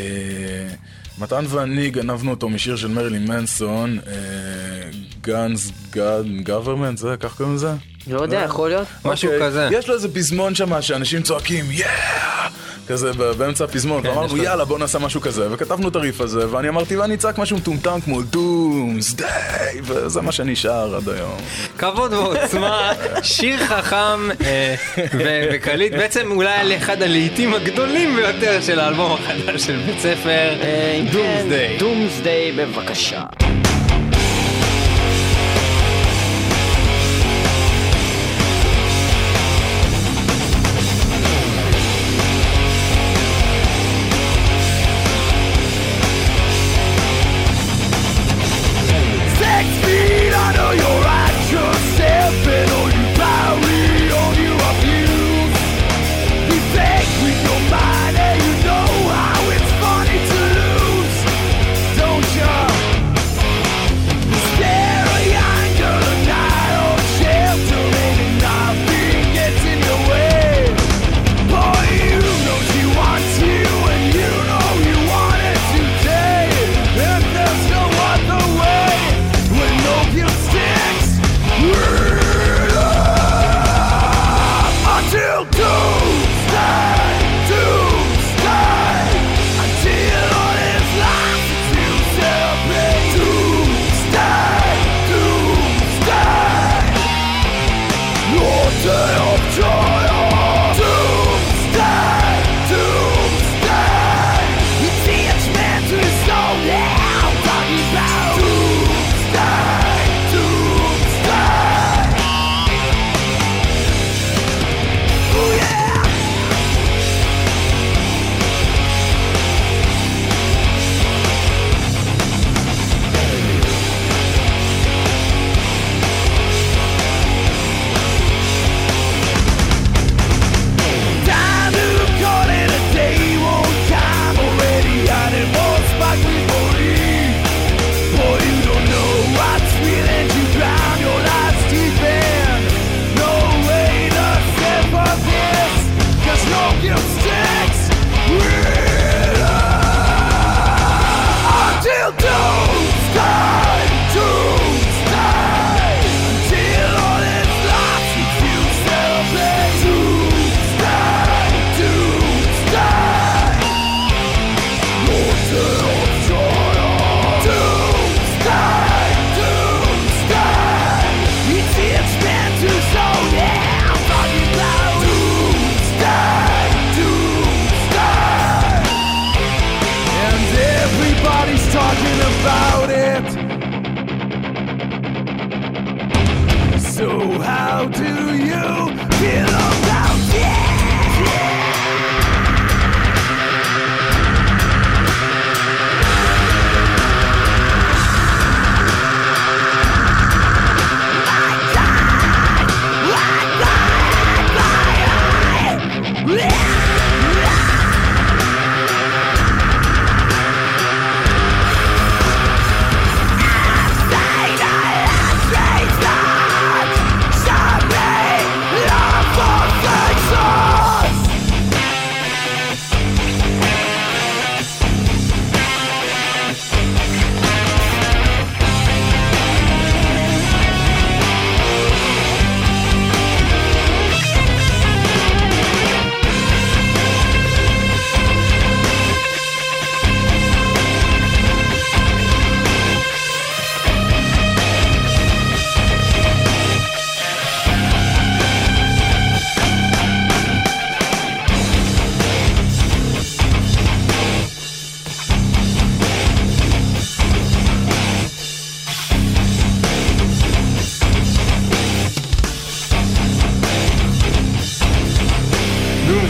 מתן ואני גנבנו אותו משיר של מרילין מנסון, Guns, God, Government, זה, כך קוראים לזה? לא יודע, יכול להיות. משהו כזה. יש לו איזה פזמון שם שאנשים צועקים, יאה! כזה באמצע הפזמון, ואמרנו יאללה בוא נעשה משהו כזה, וכתבנו את הריף הזה, ואני אמרתי ואני צעק משהו מטומטם כמו דומסדיי, וזה מה שנשאר עד היום. כבוד ועוצמה, שיר חכם וקליט, בעצם אולי על אחד הלהיטים הגדולים ביותר של האלבום החדש של בית ספר, דומסדיי. דומסדיי בבקשה. Yeah!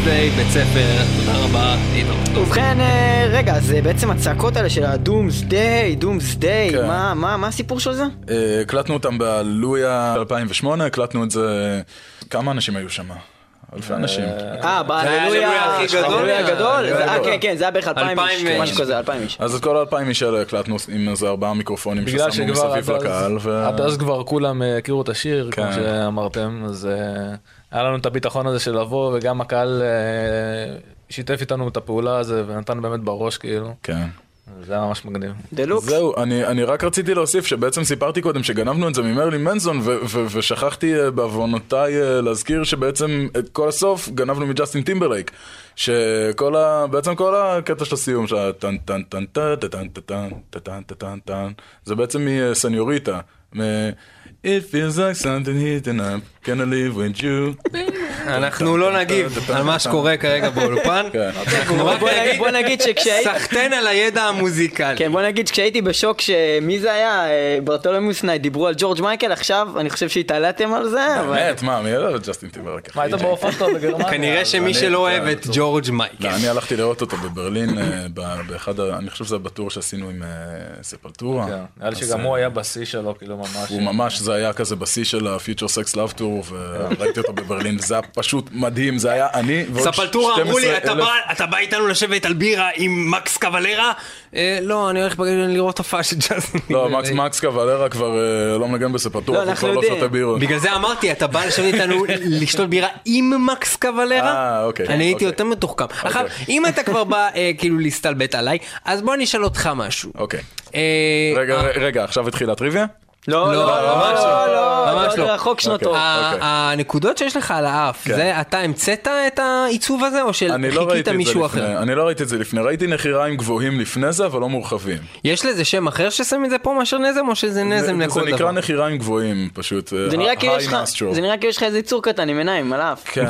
Doomsday, בית ספר, תודה רבה, להתראות. ובכן, רגע, אז בעצם הצעקות האלה של ה-Doomsday, Doomsday, מה, מה, מה הסיפור של זה? הקלטנו אותם בהללויה אלפיים ושמונה, הקלטנו את זה, כמה אנשים היו שם? אלפי אנשים. אה, בהללויה הכי גדול? בהללויה הגדול? כן, כן, זה היה בערך אלפיים איש, משהו כזה, אלפיים איש. אז את כל אלפיים איש האלה הקלטנו עם איזה ארבעה מיקרופונים ששמנו מסביב לקהל. עד אז כבר כולם הכירו את השיר, כמו שאמרתם, אז היה לנו את הביטחון הזה של לבוא, וגם הקהל שיתף איתנו את הפעולה הזה, ונתן באמת בראש כאילו. כן. זה היה ממש מגניב. דלוקס. זהו, אני, אני רק רציתי להוסיף שבעצם סיפרתי קודם שגנבנו את זה ממרלין מנזון ו- ו- ושכחתי בעוונותיי להזכיר שבעצם את כל הסוף גנבנו מג'סטין טימברלייק, שכל ה... בעצם כל הקטע של הסיום של טן טן טן טן טן טן טן טן טן טן טן זה בעצם מסניוריטה מ... It feels like something hitting up, can I live with you? אנחנו לא נגיב על מה שקורה כרגע באולפן. בוא נגיד שכשהייתי... סחטן על הידע המוזיקלי. כן, בוא נגיד שכשהייתי בשוק שמי זה היה, ברטולמוס נייט, דיברו על ג'ורג' מייקל, עכשיו אני חושב שהתעלתם על זה. באמת, מה, מי ידע את ג'סטין טימברלייק? מה, היית בהופעות שלו בגרמניה? כנראה שמי שלא אוהב את ג'ורג' מייקל. אני הלכתי לראות אותו בברלין, באחד, אני חושב שזה בטור שעשינו עם ספלטורה. נראה לי שגם הוא היה בשיא שלו, כאילו ממש. הוא ממש, זה היה כזה בשיא של ה-Future Sex Love Tour, וראיתי אותו בברלין, זה היה פשוט מדהים, זה היה אני ועוד ספלטורה אמרו לי, אתה בא איתנו לשבת על בירה עם מקס קוולרה? לא, אני הולך לראות הופעה של ג'סטין. לא, מקס קוולרה כבר לא מנגן בספלטורה, הוא כבר לא שותה בירות. בגלל זה אמרתי, אתה בא לשבת איתנו לשתות בירה עם מקס קוולרה? אה, אוקיי. אני הייתי יותר מתוחכם. עכשיו, אם אתה כבר בא כאילו להסתלבט עליי, אז בוא נשאל אותך משהו. אוקיי. רגע, עכשיו התחילה הטריוויה? לא, לא, ממש לא, ממש לא. רחוק שנתו. הנקודות שיש לך על האף, זה אתה המצאת את העיצוב הזה או שחיכית מישהו אחר? אני לא ראיתי את זה לפני, ראיתי נחיריים גבוהים לפני זה אבל לא מורחבים. יש לזה שם אחר ששם את זה פה מאשר נזם או שזה נזם לכל דבר? זה נקרא נחיריים גבוהים פשוט. זה נראה כאילו יש לך איזה יצור קטן עם עיניים על האף. כן,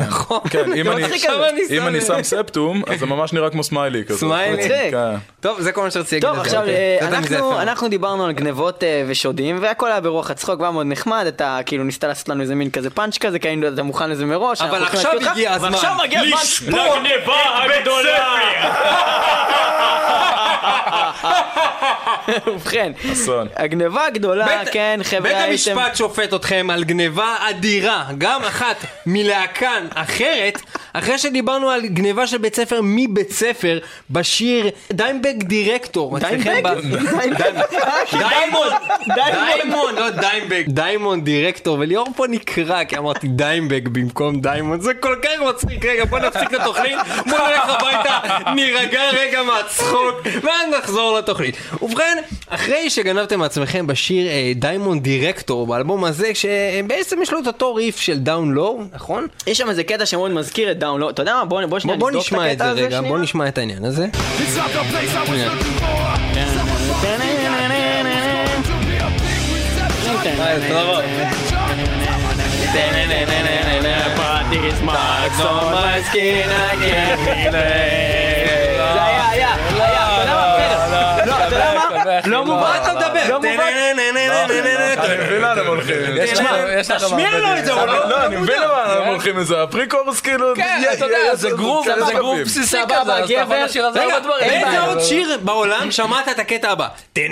אם אני שם ספטום אז זה ממש נראה כמו סמיילי כזה. סמיילי? טוב, זה כל מה שרציתי להגיד. טוב, עכשיו אנחנו דיברנו על גנבות ושודים והכל היה ברוח הצחוק, והיה מאוד נחמד, אתה כאילו ניסתה לעשות לנו איזה מין כזה פאנץ' כזה, כי אתה מוכן לזה מראש. אבל עכשיו הגיע הזמן לשפוט לגניבה הגדולה. ובכן, הגניבה הגדולה, כן, חבר'ה, בית המשפט שופט אתכם על גניבה אדירה, גם אחת מלהקן אחרת, אחרי שדיברנו על גניבה של בית ספר מבית ספר, בשיר דיימבג דירקטור. דיימבג? דיימון, דיימון, לא דיימבג, דיימון דירקטור, וליאור פה נקרא, כי אמרתי דיימבג במקום דיימון, זה כל כך מצחיק. רגע, בוא נפסיק את התוכנית, בוא נלך הביתה, נירגע רגע מהצחוק, ואז נחזור לתוכנית. ובכן, אחרי שגנבתם מעצמכם בשיר דיימון דירקטור, באלבום הזה, שבעצם יש לו את אותו ריף של דאון לואו, נכון? יש שם איזה קטע שמאוד מזכיר את דאון לואו, אתה יודע מה? בוא נשמע את זה רגע, בוא נשמע את העניין הזה. זה היה, היה, היה, אתה יודע מה? לא מובן, אתה מדבר. לא מובן. אני מבין לאן הם הולכים. תשמיע לו את זה. לא, אני מבין לאן הם הולכים את זה. הפריקורס כאילו... כן, אתה יודע, זה גרוב, זה גרוב בסיסי כזה. גבר. רגע, באיזה עוד שיר בעולם שמעת את הקטע הבא?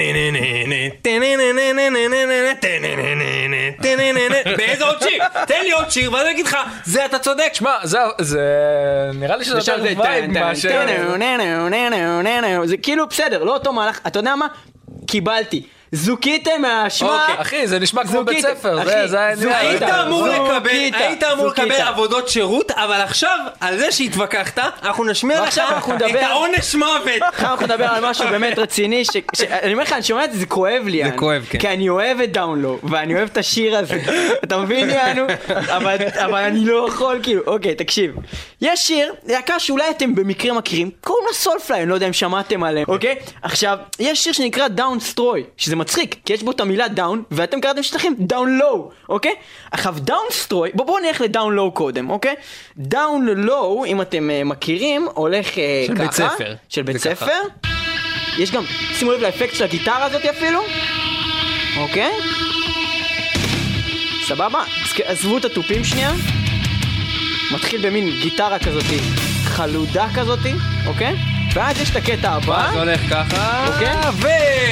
באיזה עוד שיר? תן לי עוד שיר ואני אגיד לך, זה אתה צודק. שמע, זה נראה לי שזה יותר וייב מאשר... זה כאילו בסדר, לא אותו מהלך, אתה יודע מה? קיבלתי. זוקיתם מהאשמה. אחי, זה נשמע כמו בית ספר. היית אמור לקבל, היית אמור לקבל עבודות שירות, אבל עכשיו, על זה שהתווכחת, אנחנו נשמיע לך את העונש מוות. עכשיו אנחנו נדבר על משהו באמת רציני, אני אומר לך, אני שומע את זה, זה כואב לי. זה כואב, כן. כי אני אוהב את דאונלו, ואני אוהב את השיר הזה. אתה מבין יענו? אבל אני לא יכול, כאילו, אוקיי, תקשיב. יש שיר, להקה שאולי אתם במקרה מכירים, קוראים לה סולפליי, אני לא יודע אם שמעתם עליהם, אוקיי? עכשיו, יש שיר שנקרא דאונסטרוי, שזה מצחיק, כי יש בו את המילה דאון, ואתם קראתם שתכם דאון לואו, אוקיי? עכשיו דאונסטרוי, בואו בוא נלך לדאון לואו קודם, אוקיי? דאון לואו, אם אתם uh, מכירים, הולך uh, של ככה. בית ספר. של בית ספר. יש גם, שימו לב לאפקט של הגיטרה הזאת אפילו. אוקיי? סבבה? עזבו את הטופים שנייה. מתחיל במין גיטרה כזאת חלודה כזאתי, אוקיי? ואז יש את הקטע הבא. זה הולך ככה, אוקיי? ו...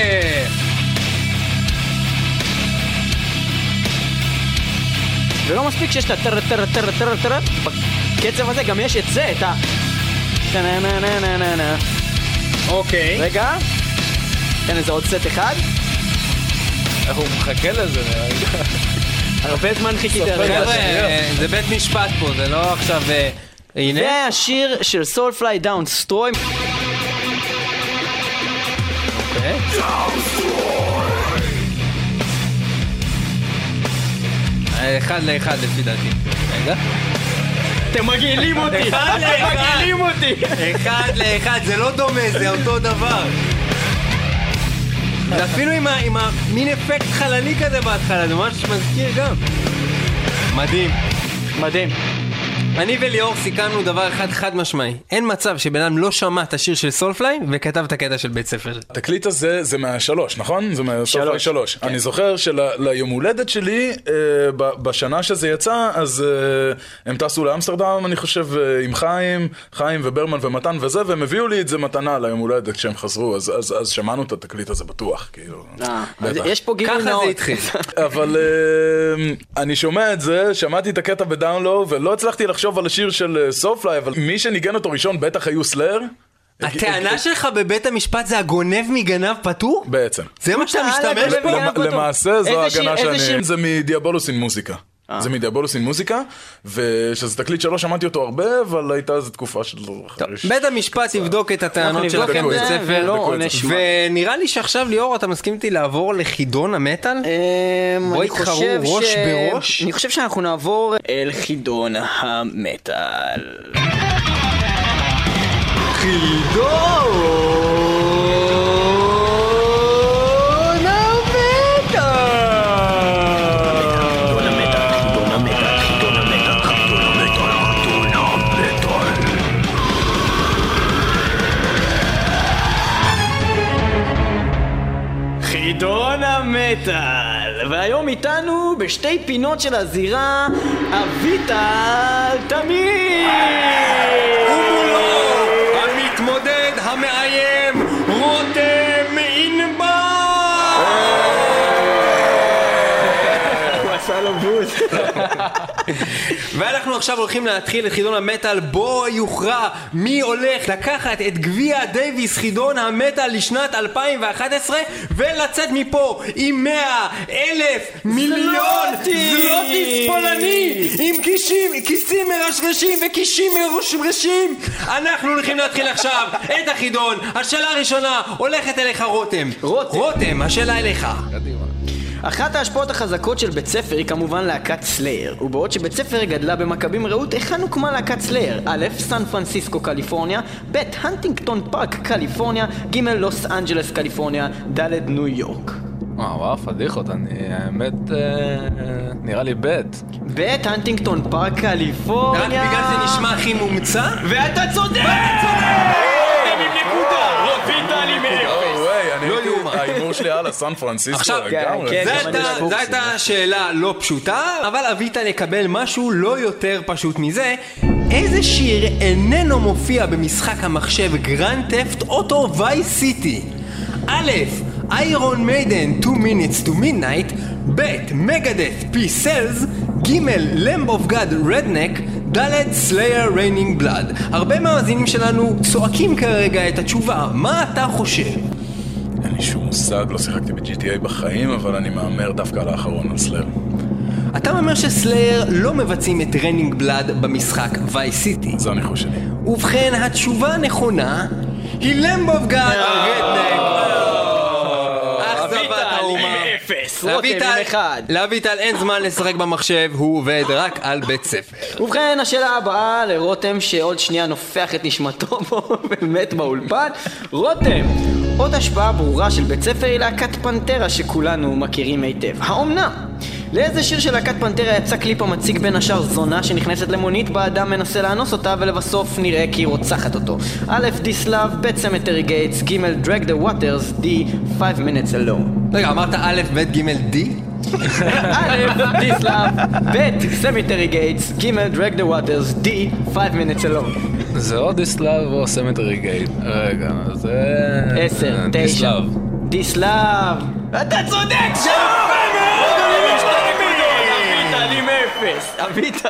ולא מספיק שיש את הטר טר טר טר טר, בקצב הזה גם יש את זה, את ה... אוקיי. רגע, תן איזה עוד סט אחד. איך הוא מחכה לזה נראה לי. הרבה זמן חיכיתי. חבר'ה, זה בית משפט פה, זה לא עכשיו... הנה. זה השיר של Soulfly Down Stroy. אוקיי. אחד לאחד לפי דעתי. רגע. אתם מגעילים אותי! אחד לאחד! מגעילים אותי! אחד לאחד, זה לא דומה, זה אותו דבר. זה אפילו עם המין אפקט חללי כזה בהתחלה, זה ממש מזכיר גם. מדהים. מדהים. אני וליאור סיכמנו דבר אחד חד משמעי. אין מצב שבן אדם לא שמע את השיר של סולפליי וכתב את הקטע של בית ספר. התקליט הזה זה מהשלוש, נכון? זה מהסולפליי שלוש. אני זוכר שליום הולדת שלי, בשנה שזה יצא, אז הם טסו לאמסטרדם, אני חושב, עם חיים, חיים וברמן ומתן וזה, והם הביאו לי את זה מתנה ליום הולדת כשהם חזרו, אז שמענו את התקליט הזה בטוח, כאילו. יש פה גילוי נאות. ככה זה התחיל. אבל אני שומע את זה, שמעתי את הקטע בדאונלואו, ולא הצלחתי לחשוב על השיר של סולפליי, אבל מי שניגן אותו ראשון בטח היו סלאר. הטענה שלך בבית המשפט זה הגונב מגנב פטור? בעצם. זה מה שאתה משתמש בו? למעשה זו ההגנה שאני... זה מדיאבולוס אין מוזיקה. זה מדיאבולוס אין מוזיקה, ושזה תקליט שלא שמעתי אותו הרבה, אבל הייתה איזו תקופה של... בית המשפט יבדוק את הטענות שלכם בבית ספר, ונראה לי שעכשיו ליאור אתה מסכים איתי לעבור לחידון המטל? בואי תחרו ראש בראש. אני חושב שאנחנו נעבור אל חידון המטל. חידון חידון המטל, והיום איתנו בשתי פינות של הזירה אביטל תמיר ומולו המתמודד המאיים רותם ענבר. הוא עשה לו בוז. ואנחנו עכשיו הולכים להתחיל את חידון המטל, בו יוכרע מי הולך לקחת את גביע דייביס חידון המטל לשנת אלפיים ואחת עשרה ולצאת מפה עם מאה אלף מיליון זלוטי ספולני עם כישים, כיסים מרשרשים וכישים מרשרשים. אנחנו הולכים להתחיל עכשיו את החידון. השאלה הראשונה הולכת אליך רותם. רותם, רותם, השאלה אליך. אחת ההשפעות החזקות של בית ספר היא כמובן להקת סלייר, ובעוד שבית ספר גדלה במכבים רעות, היכן הוקמה להקת סלייר? א', סן פרנסיסקו קליפורניה, ב', הנטינגטון פארק קליפורניה, ג', לוס אנג'לס קליפורניה, ד', ניו יורק. וואו, פדיחות, אני האמת נראה לי ב' ב', הנטינגטון פארק קליפורניה. רק בגלל זה נשמע הכי מומצא? ואתה צודק! עם נקודה! רוביטה לי מאפס! האימור שלי על הסן פרנסיסקו לגמרי. זו הייתה שאלה לא פשוטה, אבל אביטל יקבל משהו לא יותר פשוט מזה. איזה שיר איננו מופיע במשחק המחשב גרנד תפט אוטו וייס סיטי? א', איירון מיידן two minutes to midnight, ב', מגדף פי סלס, ג', למב אוף גאד רדנק, ד', סלייר ריינינג בלאד. הרבה מהמאזינים שלנו צועקים כרגע את התשובה, מה אתה חושב? אין לי שום מושג, לא שיחקתי ב-ג'י טי איי בחיים, אבל אני מאמר דווקא על האחרון על סלייר. אתה מאמר שסלייר לא מבצעים את ריינינג בלאד במשחק וייס סיטי. זה הניחוש שלי. ובכן, התשובה הנכונה היא למב אוף גאד רדנק. לאביטל אין זמן לשחק במחשב, הוא עובד רק על בית ספר. ובכן, השאלה הבאה לרותם שעוד שנייה נופח את נשמתו בו ומת באולפן. רותם, עוד השפעה ברורה של בית ספר היא להקת פנטרה שכולנו מכירים היטב. האומנם? לאיזה שיר של להקת פנטרה יצא קליפ המציג בין השאר זונה שנכנסת למונית בה אדם מנסה לאנוס אותה ולבסוף נראה כי היא רוצחת אותו? א', This Love, ב', Cemetery Gates, ג', Drag the Waters, D, five minutes alone. רגע, אמרת א', ב', ג', D? א', This Love, ב', Cemetery Gates, ג', Drag the Waters, D, five minutes alone. זה או דיסלאב או סמטרי גייט. רגע, זה... עשר, תשע. דיסלאב. דיסלאב. אתה צודק שם! אביטל עם אפס. אביטל.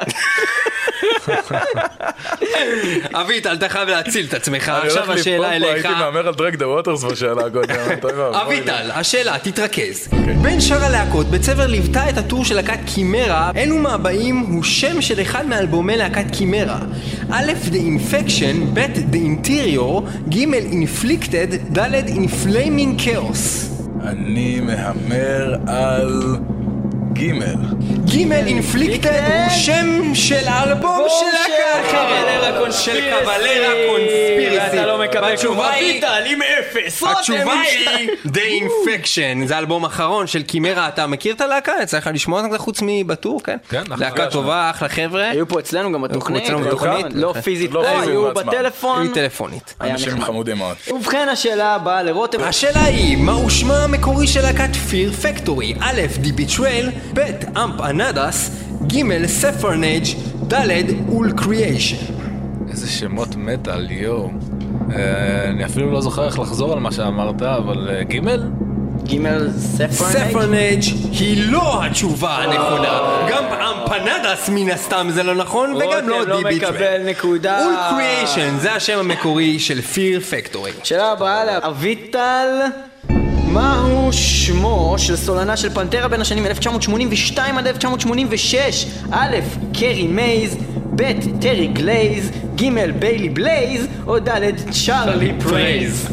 אביטל, אתה חייב להציל את עצמך. עכשיו השאלה אליך. הייתי מאמר על דרג דה ווטרס בשאלה הקודמת. אביטל, השאלה, תתרכז. בין שאר הלהקות, בית ספר ליוותה את הטור של להקת קימרה. אילו מהבאים הוא שם של אחד מאלבומי להקת קימרה. א', The Infection, ב', The Interior, ג', Inflicted, ד', Inflaming Chaos. אני מהמר על גימל. גימל אינפליקטד הוא שם של האלבום של קבלרה של קבלרה קונספירסי. אתה לא מקבל כלום. התשובה היא אביטל עם אפס. התשובה היא The Infection. זה האלבום האחרון של קימרה. אתה מכיר את הלהקה? צריך לשמוע אותה חוץ מבטור, כן? כן. להקה טובה, אחלה חבר'ה. היו פה אצלנו גם בתוכנית. אצלנו בתוכנית. לא פיזית, לא פיזית היו בעצמם. בטלפון. היא טלפונית. אנשים חמודים מאוד. ובכן השאלה הבאה לרותם. השאלה היא, מהו שמה המקורי של להקת Fear Factory? א', The Betrayal, ב', Amp Anadas, ג', Sepharnage, ד', Ul Creation. איזה שמות מטל, יו. אני אפילו לא זוכר איך לחזור על מה שאמרת, אבל גימל? גימל ספרנג'? ספרנג' היא לא התשובה הנכונה. גם אמפנדס מן הסתם זה לא נכון, וגם לא לא דיביטרי. מקבל נקודה. אול קריאיישן, זה השם המקורי של Fear Factory. שאלה הבאה לאביטל. מהו שמו של סולנה של פנטרה בין השנים אלף תשע מאות שמונים ושתיים עד אלף תשע מאות שמונים ושש? א', קרי מייז, ב', טרי גלייז, ג', ביילי בלייז, או ד', צ'ארלי פרייז.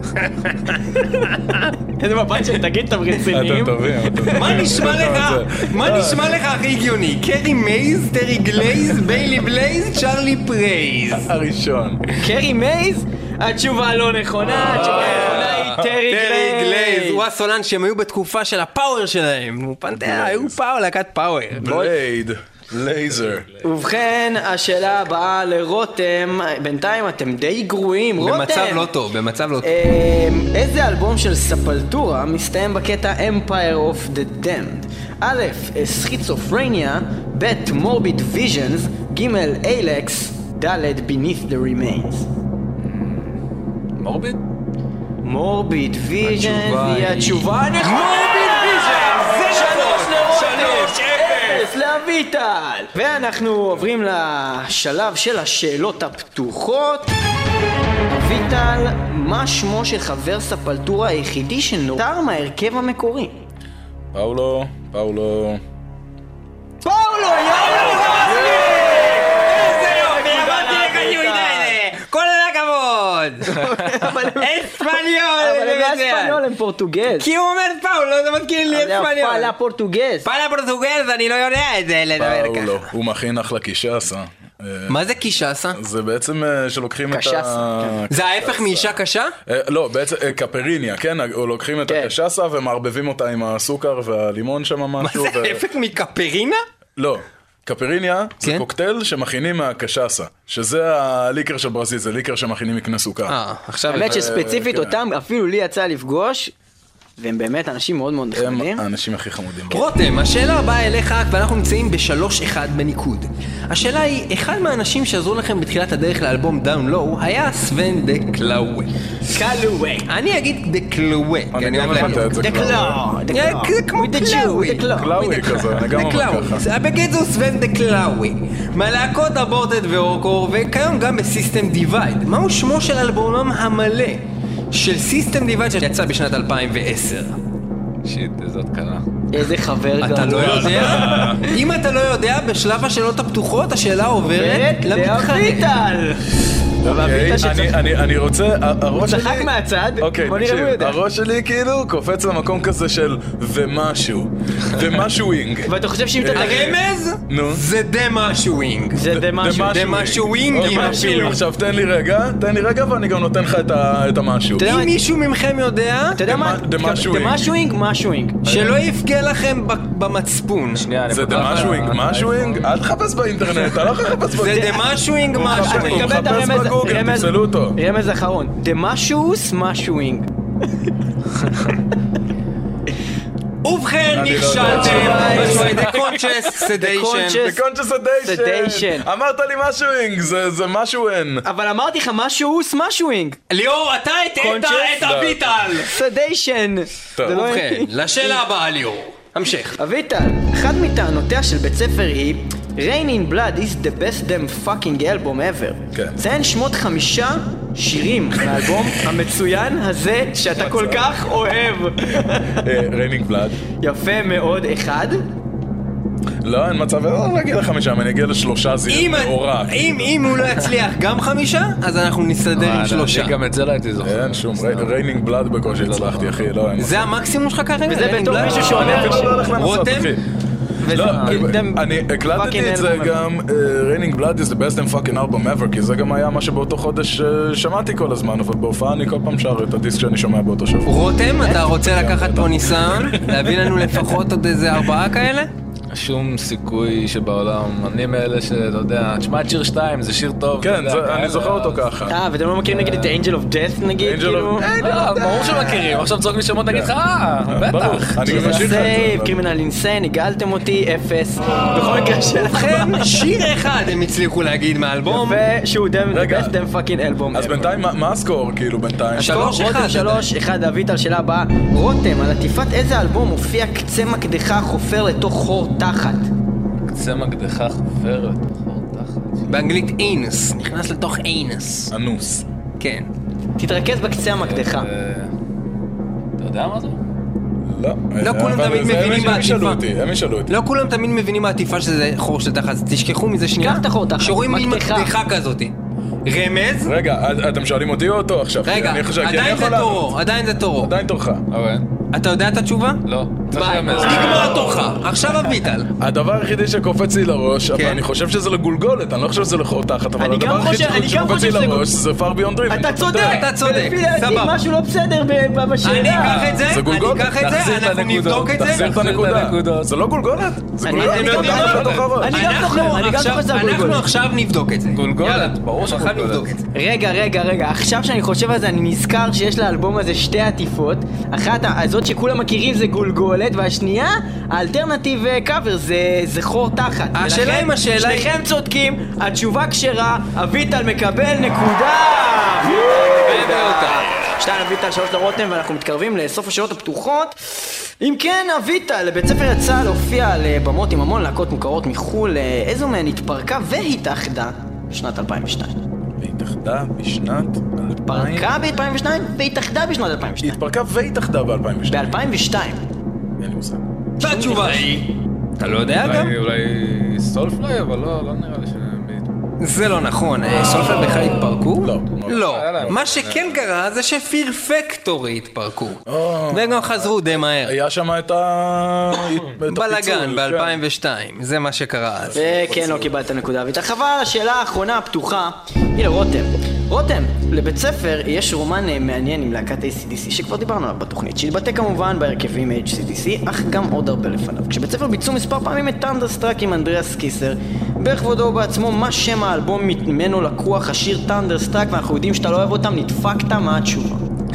איזה מבט שלי, תגיד, אתם רציניים? אתם טובים, אתם טובים. מה נשמע לך? מה נשמע לך הכי הגיוני? קרי מייז, טרי גלייז, ביילי בלייז, צ'ארלי פרייז. הראשון. קרי מייז? התשובה לא נכונה, התשובה הנכונה היא טרי גלייז. הוא הסולן שהם היו בתקופה של הפאוור שלהם. הוא פנטרה, היו פאוור, להקת פאוור. בלייד. לייזר. ובכן, השאלה הבאה לרותם. בינתיים אתם די גרועים. רותם, במצב לא טוב, במצב לא טוב. איזה אלבום של ספלטורה מסתיים בקטע Empire of the Damned? א', סכיצופרניה, ב', Morbid Visions, ג', אילקס, ד', Beneath the Remains. מורביד? Morbid Visions היא התשובה הנכונה. Morbid Visions, זה שלוש לרותם. שלוש אפס. לאביטל. ואנחנו עוברים לשלב של השאלות הפתוחות. אביטל, מה שמו של חבר ספלטורה היחידי שנותר מהרכב המקורי? פאולו, פאולו. פאולו, יאללה! איזה יופי, אמרתי לך שהוא ידע את זה. כל הכבוד. אספניול. אבל הם לא אספניול, הם פורטוגז. כי הוא אומר פאולו, זה מזכיר לי אספניול. פאלה פורטוגז. פאלה פורטוגז, אני לא יודע את זה לדבר פאולו. ככה. הוא מכין אחלה קישסה. מה זה קישסה? זה בעצם שלוקחים את קשסה, ה... זה ההפך מאישה קשה? לא, בעצם קפריניה, כן? לוקחים את הקשסה ומערבבים אותה עם הסוכר והלימון שם משהו. מה זה ההפך מקפרינה? לא. קפריניה זה כן? קוקטייל שמכינים מהקשסה, שזה הליקר של ברזיל, זה ליקר שמכינים מקנה סוכר. אה, עכשיו... האמת שספציפית כן. אותם אפילו לי יצא לפגוש, והם באמת אנשים מאוד מאוד הם נחמדים. האנשים הכי חמודים. רותם, השאלה הבאה אליך, ואנחנו נמצאים בשלוש אחד בניקוד. השאלה היא, אחד מהאנשים שעזרו לכם בתחילת הדרך לאלבום Down Low היה סוון דה קלאווי. קלווי. אני אגיד דה קלאווי. אני גם מבטא את זה דה קלאווי. קלאו. זה כמו קלאווי. קלאווי כזה, אני גם אומר ככה. בקיצור סוון דה קלאווי. מהלהקות אבורטד ואורקור, וכיום גם בסיסטם דיווייד. מהו שמו של אלבומם המלא של סיסטם דיווייד שיצא בשנת אלפיים ועשר? שיט, איזו קלה. איזה חבר גרוע. אתה לא יודע? אם אתה לא יודע, בשלב השאלות הפתוחות השאלה עוברת למתחרה. לאביטל. אוקיי, אני- אני- אני רוצה, הראש הוא שלי... צחק מהצד, אוקיי, בוא נראה תקשיב, מי יודע. הראש שלי כאילו קופץ למקום כזה של ומשהו, ומשהווינג. ואתה חושב שאם אתה... הרמז נו. זה דה משהווינג. זה דה משהו. דה משהווינגים אוקיי, אפילו. עכשיו תן לי רגע, תן לי רגע ואני גם נותן לך את ה- את המשהו. אתה יודע אם מה- מישהו מכם יודע, אתה יודע מה? דה משהווינג. דה משהווינג, משהווינג. שלא יפגע לכם ב- במצפון. שנייה, אני זה פותח דה משהווינג, על משהווינג? אל תחפש באינטרנט, אתה לא יכול לחפש זה באינטרנט. דה משהווינג משהווינג. הוא תקבל את מחפש הרמז- בגוגל, רמז- תפסלו אותו. רמז אחרון. דה משוס, משהווינג. ובכן, נכשלתם. The conscious sedation. The conscious sedation. אמרת לי משוינג, זה משוין. אבל אמרתי לך משוס משוינג. ליאור, אתה הטעת את אביטל. סדיישן. ובכן, לשאלה הבאה ליאור. המשך. אביטל, אחד מטענותיה של בית ספר היא Rain in Blood is the best damn fucking album ever. כן. ציין שמות חמישה שירים מהאלבום המצוין הזה שאתה כל כך אוהב. Raining Blood. יפה מאוד. אחד? לא, אין מצב, לא נגיד לך משם, אני אגיע לשלושה זירים מאורע. אם הוא לא יצליח גם חמישה, אז אנחנו נסתדר עם שלושה. גם את זה לא הייתי זוכר. אין שום, Raining Blood בקושי הצלחתי, אחי, לא אין. זה המקסימום שלך כרגע? וזה בתור מישהו שאומר רותם? לא, אני הקלטתי את זה גם Raining Blood is the best and fucking album ever, כי זה גם היה מה שבאותו חודש שמעתי כל הזמן, אבל בהופעה אני כל פעם שר את הדיסק שאני שומע באותו שבוע. רותם, אתה רוצה לקחת פה ניסיון? להביא לנו לפחות עוד איזה ארבעה כאלה? שום סיכוי שבעולם, אני מאלה שאתה יודע, תשמע את שיר שתיים, זה שיר טוב. כן, אני זוכר אותו ככה. אה, ואתם לא מכירים נגיד את Angel of Death נגיד? כאילו? ברור שמכירים, עכשיו צורק משמות נגיד לך, אה, בטח. אני גם אשאיר לך את זה. קרימינל אינסיין, הגלתם אותי, אפס. בכל מקרה שלכם, שיר אחד הם הצליחו להגיד מהאלבום. ושהוא the best damn fucking album. אז בינתיים, מה הסקור כאילו בינתיים? שלוש אחד. שלוש, אחד דוד על שאלה הבאה. רותם, על עטיפת איזה אלבום מופיע קצה מקדך חופר לתוך חור תחת? קצה מקדך חופר לתוך חור תחת. באנגלית אינוס, נכנס לתוך אינוס. אנוס. כן. תתרכז בקצה המקדך. אתה יודע מה זה? לא. לא כולם תמיד מבינים בעטיפה. הם ישאלו אותי, הם ישאלו אותי. לא כולם תמיד מבינים בעטיפה שזה חור של תחת, אז תשכחו מזה שנייה. קח את החור תחת. שרואים מין מקדחה כזאת. רמז? רגע, אתם שואלים אותי או אותו עכשיו? רגע, עדיין זה תורו, עדיין זה תורו. עדיין תורך. אוקיי. אתה יודע את התשובה? לא. ביי, נגמר תורך. עכשיו אביטל. הדבר היחידי שקופץ לי לראש, אבל אני חושב שזה לגולגולת, אני לא חושב שזה לחור תחת, אבל הדבר היחידי שקופץ לי לראש זה Far Beyond Driven. אתה צודק, אתה צודק. ולפי דעתי משהו לא בסדר בשאלה. אני אקח את זה, אני אקח את זה, אנחנו נבדוק את זה. תחזיר את הנקודה. זה לא גולגולת? זה גולגולת. אני גם זוכר, אני גם זוכר שזה הגולגולת. אנחנו עכשיו נבדוק את זה. גולגולת, ברור שגולגולת. רגע, רגע, רגע, עכשיו שאני חושב על זה אני נזכר שיש לאלבום הזה שתי עטיפות. אחת, הזאת שכולם מכירים זה גולגולת, והשנייה, האלטרנטיב קאבר זה חור תחת. השאלה עם השאלה... שניכם צודקים, התשובה כשרה, אביטל מקבל נקודה! שתיים אביטל, שלוש לרותם, ואנחנו מתקרבים לסוף השאלות הפתוחות. אם כן, אביטל, לבית ספר יצא להופיע על במות עם המון להקות מוכרות מחול, איזו מהן התפרקה והתאחדה בשנת אלפיים ושתיים. והתאחדה בשנת... התפרקה ב-אלפיים ושתיים והתאחדה בשנת אלפיים ושתיים. התפרקה והתאחדה ב-אלפיים ושתיים. ב-אלפיים ושתיים. אין לי מושג. והתשובה היא... אתה לא יודע גם? אולי סולפליי, אבל לא נראה לי ש... זה לא נכון, סולפליי בכלל התפרקו? לא. לא. מה שכן קרה זה שפיר פקטורי התפרקו. וגם חזרו די מהר. היה שם את ה... בלגן ב-אלפיים ושתיים, זה מה שקרה אז. וכן, לא קיבלת נקודה. והתחווה לשאלה האחרונה הפתוחה היא לרותם. רותם, לבית ספר יש רומן מעניין עם להקת איי סי די סי שכבר דיברנו עליו בתוכנית, שהתבטא כמובן בהרכבים אייץ' סי די סי, אך גם עוד הרבה לפניו. כשבית ספר ביצעו מספר פעמים את טנדרסטראק עם אנדריאס קיסר, בכבודו בעצמו מה שם האלבום ממנו לקוח השיר טנדרסטראק, ואנחנו יודעים שאתה לא אוהב אותם, נדפקת מה התשובה.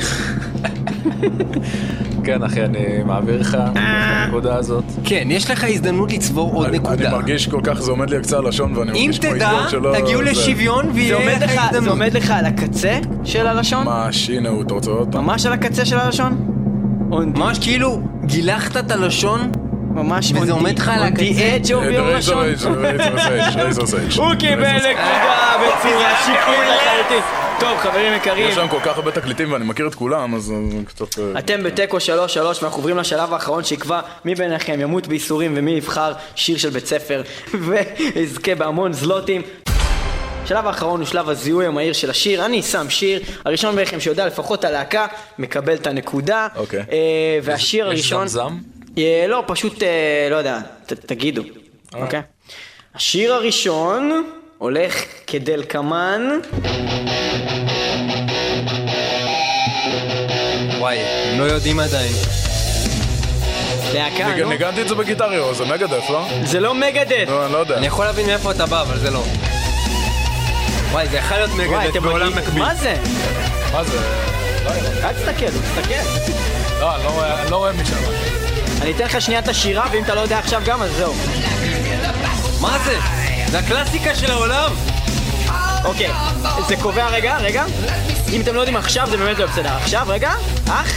כן אחי, אני מעביר לך את הנקודה הזאת. כן, יש לך הזדמנות לצבור עוד נקודה. אני מרגיש כל כך, זה עומד לי הקצה הלשון ואני מרגיש כמו אידיוט שלא... אם תדע, תגיעו לשוויון ויהיה לך הזדמנות. זה עומד לך על הקצה של הלשון? ממש, הנה הוא, אתה רוצה עוד? ממש על הקצה של הלשון? ממש כאילו גילחת את הלשון? ממש וזה עומד לך על הקצה? The edge of your לשון? הוא קיבל נקודה בצורה שיקוי לחלוטין. טוב חברים יקרים, יש שם כל כך הרבה תקליטים ואני מכיר את כולם, אז קצת... אתם בטקו שלוש שלוש ואנחנו עוברים לשלב האחרון שיקבע מי ביניכם ימות בייסורים ומי יבחר שיר של בית ספר ויזכה בהמון זלוטים. השלב האחרון הוא שלב הזיהוי המהיר של השיר. אני שם שיר, הראשון ביניכם שיודע לפחות הלהקה מקבל את הנקודה. אוקיי. והשיר הראשון... יש זמזם? לא, פשוט לא יודע, תגידו. אוקיי. השיר הראשון הולך כדלקמן. וואי, הם לא יודעים עדיין. להקה, נו? ניגנתי את זה בגיטריו, זה מגדף, לא? זה לא מגדף. לא, אני לא יודע. אני יכול להבין מאיפה אתה בא, אבל זה לא. וואי, זה יכול להיות מגדף בעולם מקביל. מה זה? מה זה? אל תסתכל, תסתכל. לא, אני לא רואה משם. אני אתן לך שנייה את השירה, ואם אתה לא יודע עכשיו גם, אז זהו. מה זה? זה הקלאסיקה של העולם? אוקיי, זה קובע רגע, רגע. אם אתם לא יודעים עכשיו, זה באמת לא בסדר. עכשיו, רגע, אח.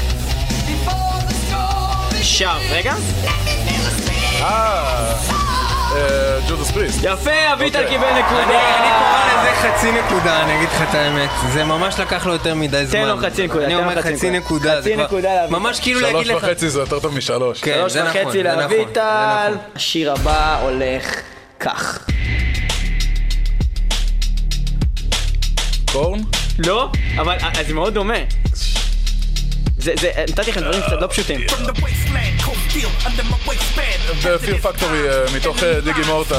שב, רגע. אה... ג'ודס פריסט. יפה, אביטל קיבל נקודה. אני קורא לזה חצי נקודה, אני אגיד לך את האמת. זה ממש לקח לו יותר מדי זמן. תן לו חצי נקודה, אני אומר חצי נקודה. חצי נקודה לאביטל. ממש כאילו להגיד לך... שלוש וחצי זה יותר טוב משלוש. כן, זה נכון, שלוש וחצי זה נכון, זה לאביטל. נכון. השיר הבא הולך כך. קורן? לא, אבל זה מאוד דומה. זה, זה, נתתי לכם דברים קצת לא פשוטים. בפיר פקטורי מתוך דיגי מורטל.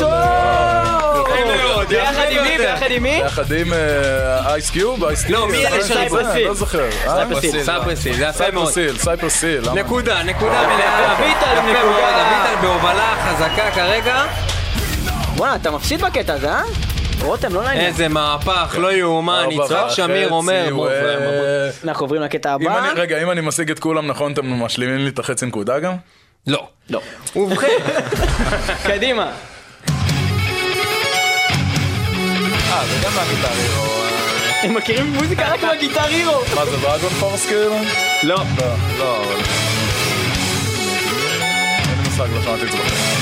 ביחד עם מי? ביחד עם מי? ביחד עם אייס קיוב? לא, מי אלה סייפרסיל. לא זוכר. סייפרסיל. סייפרסיל, זה יפה מאוד. סייפרסיל, סייפרסיל. נקודה, נקודה מלאה. אביטל עם יפה מאוד, נקודה. אביטל בהובלה חזקה כרגע. בוא'נה, אתה מפסיד בקטע הזה, אה? רותם, לא לעניין. איזה מהפך, לא יאומן, יצחק שמיר אומר. אנחנו עוברים לקטע הבא. רגע, אם אני משיג את כולם נכון, אתם משלימים לי את החצי נקודה גם? לא. לא. ובכן. קדימה. אה, זה גם מהגיטר הירו. הם מכירים מוזיקה רק מהגיטר הירו. מה זה, דרגון פורס כאילו? לא. לא, אבל... אין לי מושג, לא שמעתי את זה בכלל.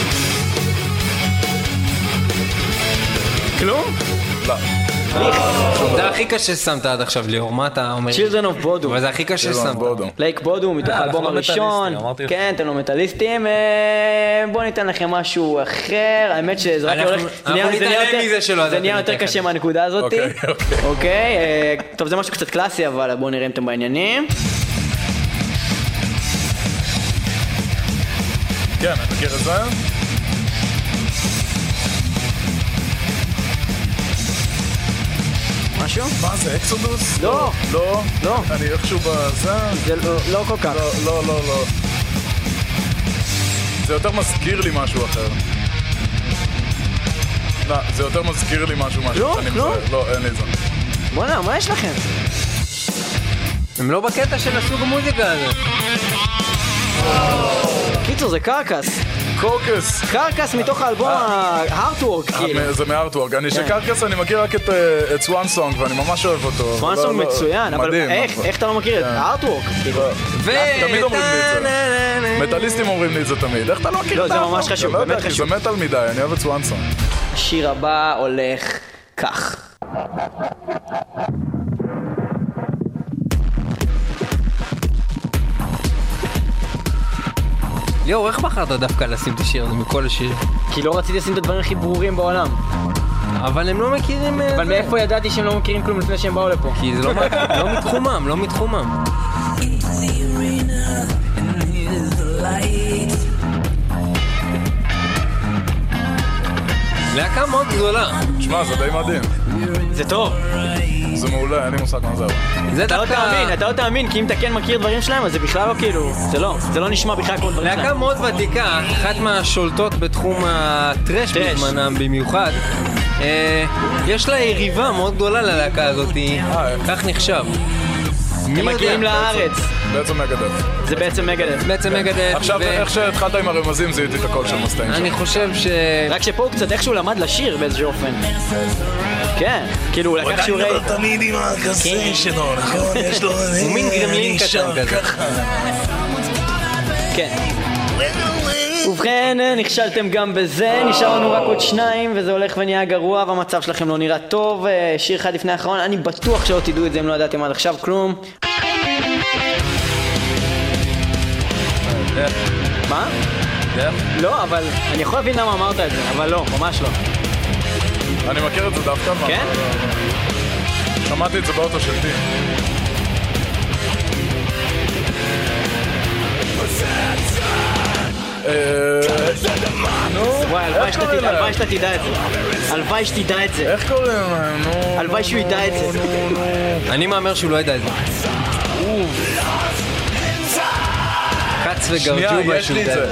כלום? לא. זה הכי קשה ששמת עד עכשיו, ליאור, מה אתה אומר? Children of Bodom. אבל זה הכי קשה ששמת. לייק בודו, מתוך האלבום לא הראשון. מטאליסטים, אמרתי לך. כן, אתם לא מטאליסטים. בואו ניתן לכם משהו אחר. האמת שזה רק אנחנו- הולך... אנחנו זה נהיה- זה נהיה נתעלם יותר- מזה שלא זה ידעתם נהיה יותר לתקן. קשה מהנקודה הזאת. אוקיי, אוקיי. אוקיי. אה, טוב, זה משהו קצת קלאסי, אבל בואו נראה אם אתם בעניינים. כן, אני מכיר את זה. משהו? מה זה, אקסודוס? לא. לא? לא. אני איכשהו בזה? זה לא- לא כל כך. לא, לא, לא, לא. זה יותר מזכיר לי משהו אחר. לא, זה יותר מזכיר לי משהו משהו. לא, שאני לא. מזהה. לא, אין לי את זה. בוא'נה, מה יש לכם? הם לא בקטע של הסוג המוזיקה הזה. קיצור, זה קרקס. קורקס. קרקס מתוך האלבום הארטוורק, כאילו. זה מארטוורק. אני שקרקס אני מכיר רק את, אה, את סואן סונג ואני ממש אוהב אותו. סואנסונג לא, לא, מצוין, אבל מדהים, איך, אבל- איך אתה לא מכיר את הארטוורק? כאילו. ו... תמיד אומרים לי את זה. מטאליסטים אומרים לי את זה תמיד. איך אתה לא מכיר לא, את זה הארטוורק? ממש חשוב, לא יודע, באמת כי חשוב. זה מטאל מדי, אני אוהב את סואן סונג. השיר הבא הולך כך. ליאור, איך בחרת דווקא לשים את השיר הזה מכל השיר? כי לא רציתי לשים את הדברים הכי ברורים בעולם. אבל הם לא מכירים... אבל מאיפה ידעתי שהם לא מכירים כלום לפני שהם באו לפה? כי זה לא מה- לא מתחומם, לא מתחומם. להקה מאוד גדולה. שמע, זה די מדהים. זה טוב. זה מעולה, אין לי מושג מה זה אבל. זה אתה לא דווקא... תאמין, אתה לא תאמין, כי אם אתה כן מכיר דברים שלהם, אז זה בכלל לא כאילו, זה לא, זה לא נשמע בכלל כמו דברים להקה שלהם. מאוד ותיקה, אחת מהשולטות בתחום הטרש טרש. בזמנם במיוחד. אה, יש לה יריבה מאוד גדולה ללהקה הזאת, כך נחשב. מי הם יודע? מגיעים לארץ, בעצם מגדף. זה בעצם מגדף. בעצם מגדף. עכשיו, ו- איך שהתחלת עם הרמזים, זיהיתי את הקול של מסטיין אני שם. חושב ש... רק שפה הוא קצת איכשהו למד לשיר באיזשהו אופן. כן, כאילו הוא לקח שיעורי... תמיד עם הקסה שלו, נכון? יש לו... הוא מין גרמלין קטן כזה. כן. ובכן, נכשלתם גם בזה, נשאר לנו רק עוד שניים וזה הולך ונהיה גרוע והמצב שלכם לא נראה טוב. שיר אחד לפני האחרון, אני בטוח שלא תדעו את זה אם לא ידעתם עד עכשיו כלום. מה? לא, אבל אני יכול להבין למה אמרת את זה, אבל לא, ממש לא. אני מכיר את זה דווקא. מה? כן? שמעתי את זה באוטו של טים. נו, וואי, הלוואי איך שאתה קוראים תדע- להם? הלוואי שאתה תדע את זה. הלוואי שתדע את זה. איך קוראים להם? נו, הלוואי שהוא ידע את זה. אני מאמר שהוא לא ידע את זה. קץ שנייה, וגרג'ובה יש שהוא לי את ידע. זה.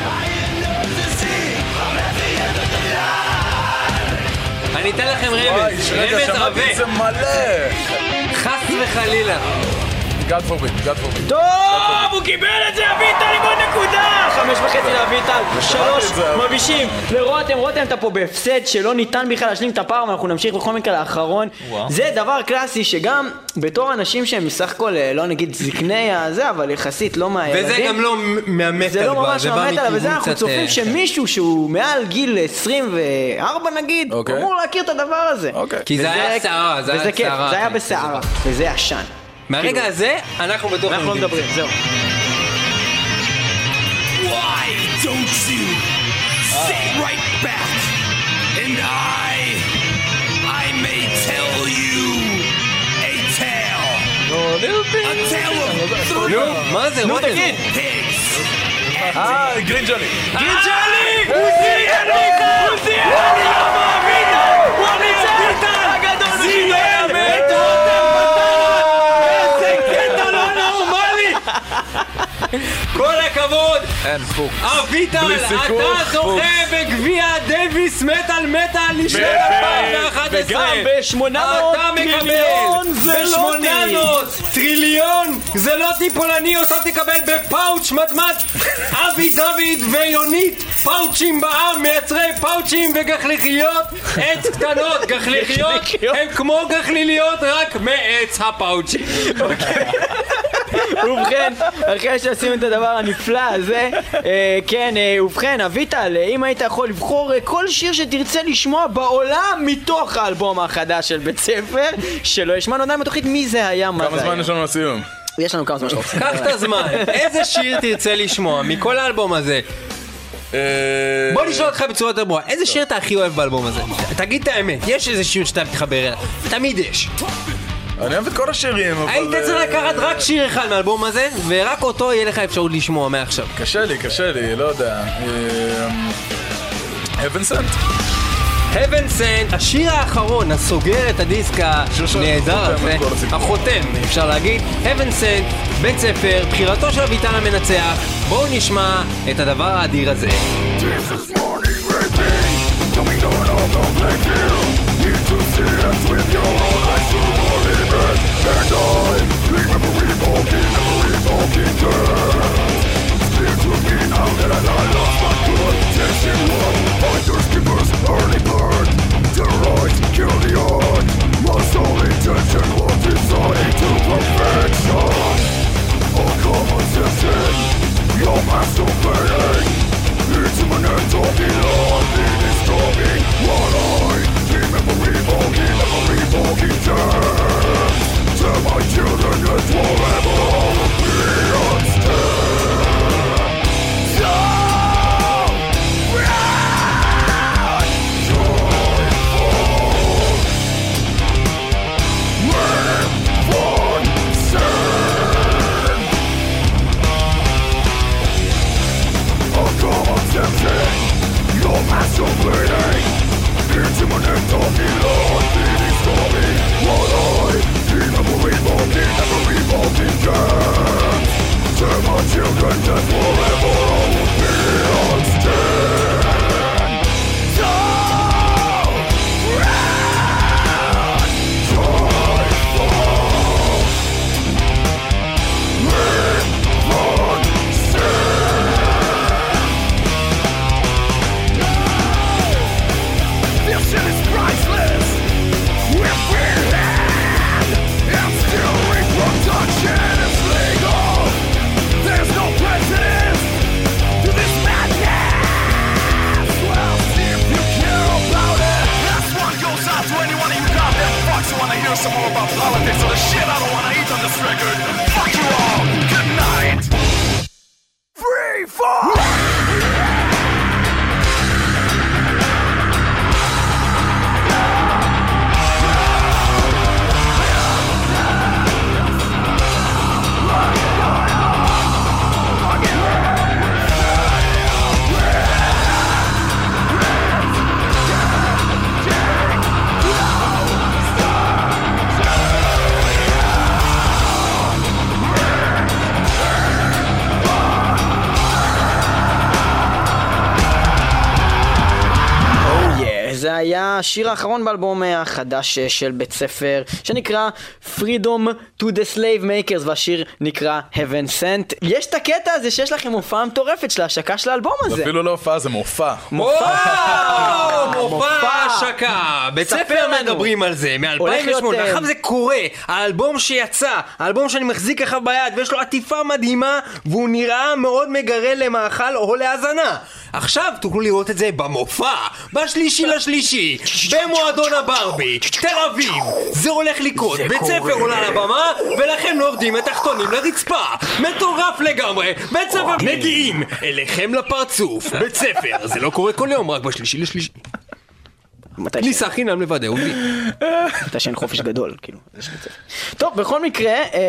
אני אתן לכם וואי, רמז, רגע, רמז שמעתי את עבה. זה מלא. חס וחלילה. God forbid, God forbid. טוב, הוא קיבל את זה, אביטל עם עוד נקודה! חמש וחצי לאביטל, שלוש מבישים לרותם. רותם, אתה פה בהפסד שלא ניתן בכלל להשלים את הפער, ואנחנו נמשיך בכל מקרה לאחרון. זה דבר קלאסי שגם בתור אנשים שהם מסך הכל, לא נגיד זקני הזה, אבל יחסית לא מהילדים. וזה גם לא מהמטל. זה לא ממש מהמטל, וזה אנחנו צופים שמישהו שהוא מעל גיל עשרים וארבע נגיד, אמור להכיר את הדבר הזה. כי זה היה שערה, זה היה שערה. זה היה בשערה, וזה עשן. מהרגע הזה, אנחנו בטוח אנחנו לא מדברים, זהו. Why don't you sit right back and I, I may tell you a tale. A tale of three. מה זה? רותם? pigs. אה, גרין ג'ולי. גרין ג'ולי! הוא זיין לי! הוא זיין לי! לא מאמין! הוא ניצח! הגדול זיין! את רותם בטח! איזה קטע לא נורמלי! כל הכבוד! אין פוק. אביטל, אתה זוכה בגביע דייביס מטל מטל לשנת אלפיים ואחת עשרה. וגם ב-שמונה מאות טריליון זה לא ב-שמונה מאות טריליון זה לא טיפולני, אותם תקבל בפאוץ' מתמת. אבי דוד ויונית פאוצ'ים בעם, מייצרי פאוצ'ים וגחליחיות עץ קטנות. גחליחיות הם כמו גחליליות רק מעץ הפאוצ'ים. ובכן, אחרי שעשינו את הדבר הנפלא הזה, אה, כן, אה, ובכן, אביטל, אם היית יכול לבחור אה, כל שיר שתרצה לשמוע בעולם מתוך האלבום החדש של בית ספר, שלא ישמענו עדיין בתוכנית, מי זה היה, מה זה היה? כמה זמן יש לנו לסיום? יש לנו כמה זמן שרוצים. קח את הזמן, איזה שיר תרצה לשמוע מכל האלבום הזה? בוא נשאל אותך בצורה יותר ברורה, איזה שיר אתה הכי אוהב באלבום הזה? תגיד את האמת, יש איזה שיר שאתה תחבר אליו? תמיד יש. אני אוהב את כל השירים, אבל... היית צריך לקחת רק שיר אחד מהאלבום הזה, ורק אותו יהיה לך אפשרות לשמוע מעכשיו. קשה לי, קשה לי, לא יודע. Heaven Sent. Heaven Sent, השיר האחרון, הסוגר את הדיסק הנהדר הזה, החותם, אפשר להגיד. Heaven Sent, בית ספר, בחירתו של אביטל המנצח. בואו נשמע את הדבר האדיר הזה. To see us with your own eyes to believe it. And I remember revoking, never revoking death. Speak to me now that I lost my good taste in love. Fighters, keepers, early bird. Terrorize, kill the earth. My sole intention was designing to perfection. All common sense, your masturbating. It's imminent of the Lord, it is stopping what I remember revoking, never revoking death. Tell my children that forever I will be unstead. So proud, joyful, when one sin. I'll come on tempting, your masturbating. It's imminent of the Lord, it is coming. What I remember revoking, never revoking death. Tell my children that forever I will be unstead. So proud, joyful, when one sin. This shit is priceless. We're freeland, and still reproduction is legal. There's no precedent to this madness. Well, see if you care about it. This one goes out to anyone of you goddamn fucks who wanna hear some more about politics or the shit I don't wanna eat on this record. Fuck you all. Good night. Free fall. השיר האחרון באלבום החדש של בית ספר, שנקרא Freedom to the Slave Makers, והשיר נקרא Heaven Sent. יש את הקטע הזה שיש לכם הופעה מטורפת של ההשקה של האלבום הזה. זה אפילו לא הופעה, זה מופע. מופע! מופע השקה. בית ספר מדברים על זה מ-אלפיים ושמונה. עכשיו זה קורה. האלבום שיצא, האלבום שאני מחזיק לך ביד ויש לו עטיפה מדהימה והוא נראה מאוד מגרה למאכל או להזנה. עכשיו תוכלו לראות את זה במופע, בשלישי לשלישי, במועדון הברבי, תל אביב. זה הולך לקרות. בית ספר עולה לבמה ולכם נורדים את תחתונים לרצפה. מטורף לגמרי. בית ספר מגיעים אליכם לפרצוף. בית ספר, זה לא קורה כל יום, רק בשלישי לשלישי. כניסה חינם לבד, אהובי. אתה שאין חופש גדול, כאילו. טוב, בכל מקרה,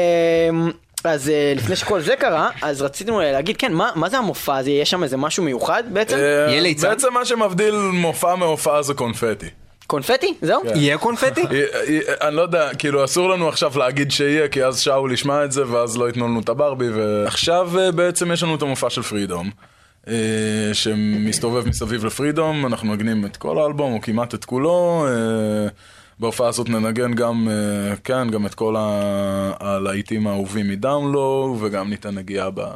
אז לפני שכל זה קרה, אז רצינו להגיד, כן, מה זה המופע הזה? יש שם איזה משהו מיוחד בעצם? יהיה ליצן? בעצם מה שמבדיל מופע מהופעה זה קונפטי. קונפטי? זהו? יהיה קונפטי? אני לא יודע, כאילו אסור לנו עכשיו להגיד שיהיה, כי אז שאול ישמע את זה ואז לא יתנו לנו את הברבי, ועכשיו בעצם יש לנו את המופע של פרידום, שמסתובב מסביב לפרידום. אנחנו נגנים את כל האלבום, או כמעט את כולו. בהופעה הזאת ננגן גם, כן, גם את כל הלהיטים האהובים מדאונלואו, וגם ניתן נגיעה ב...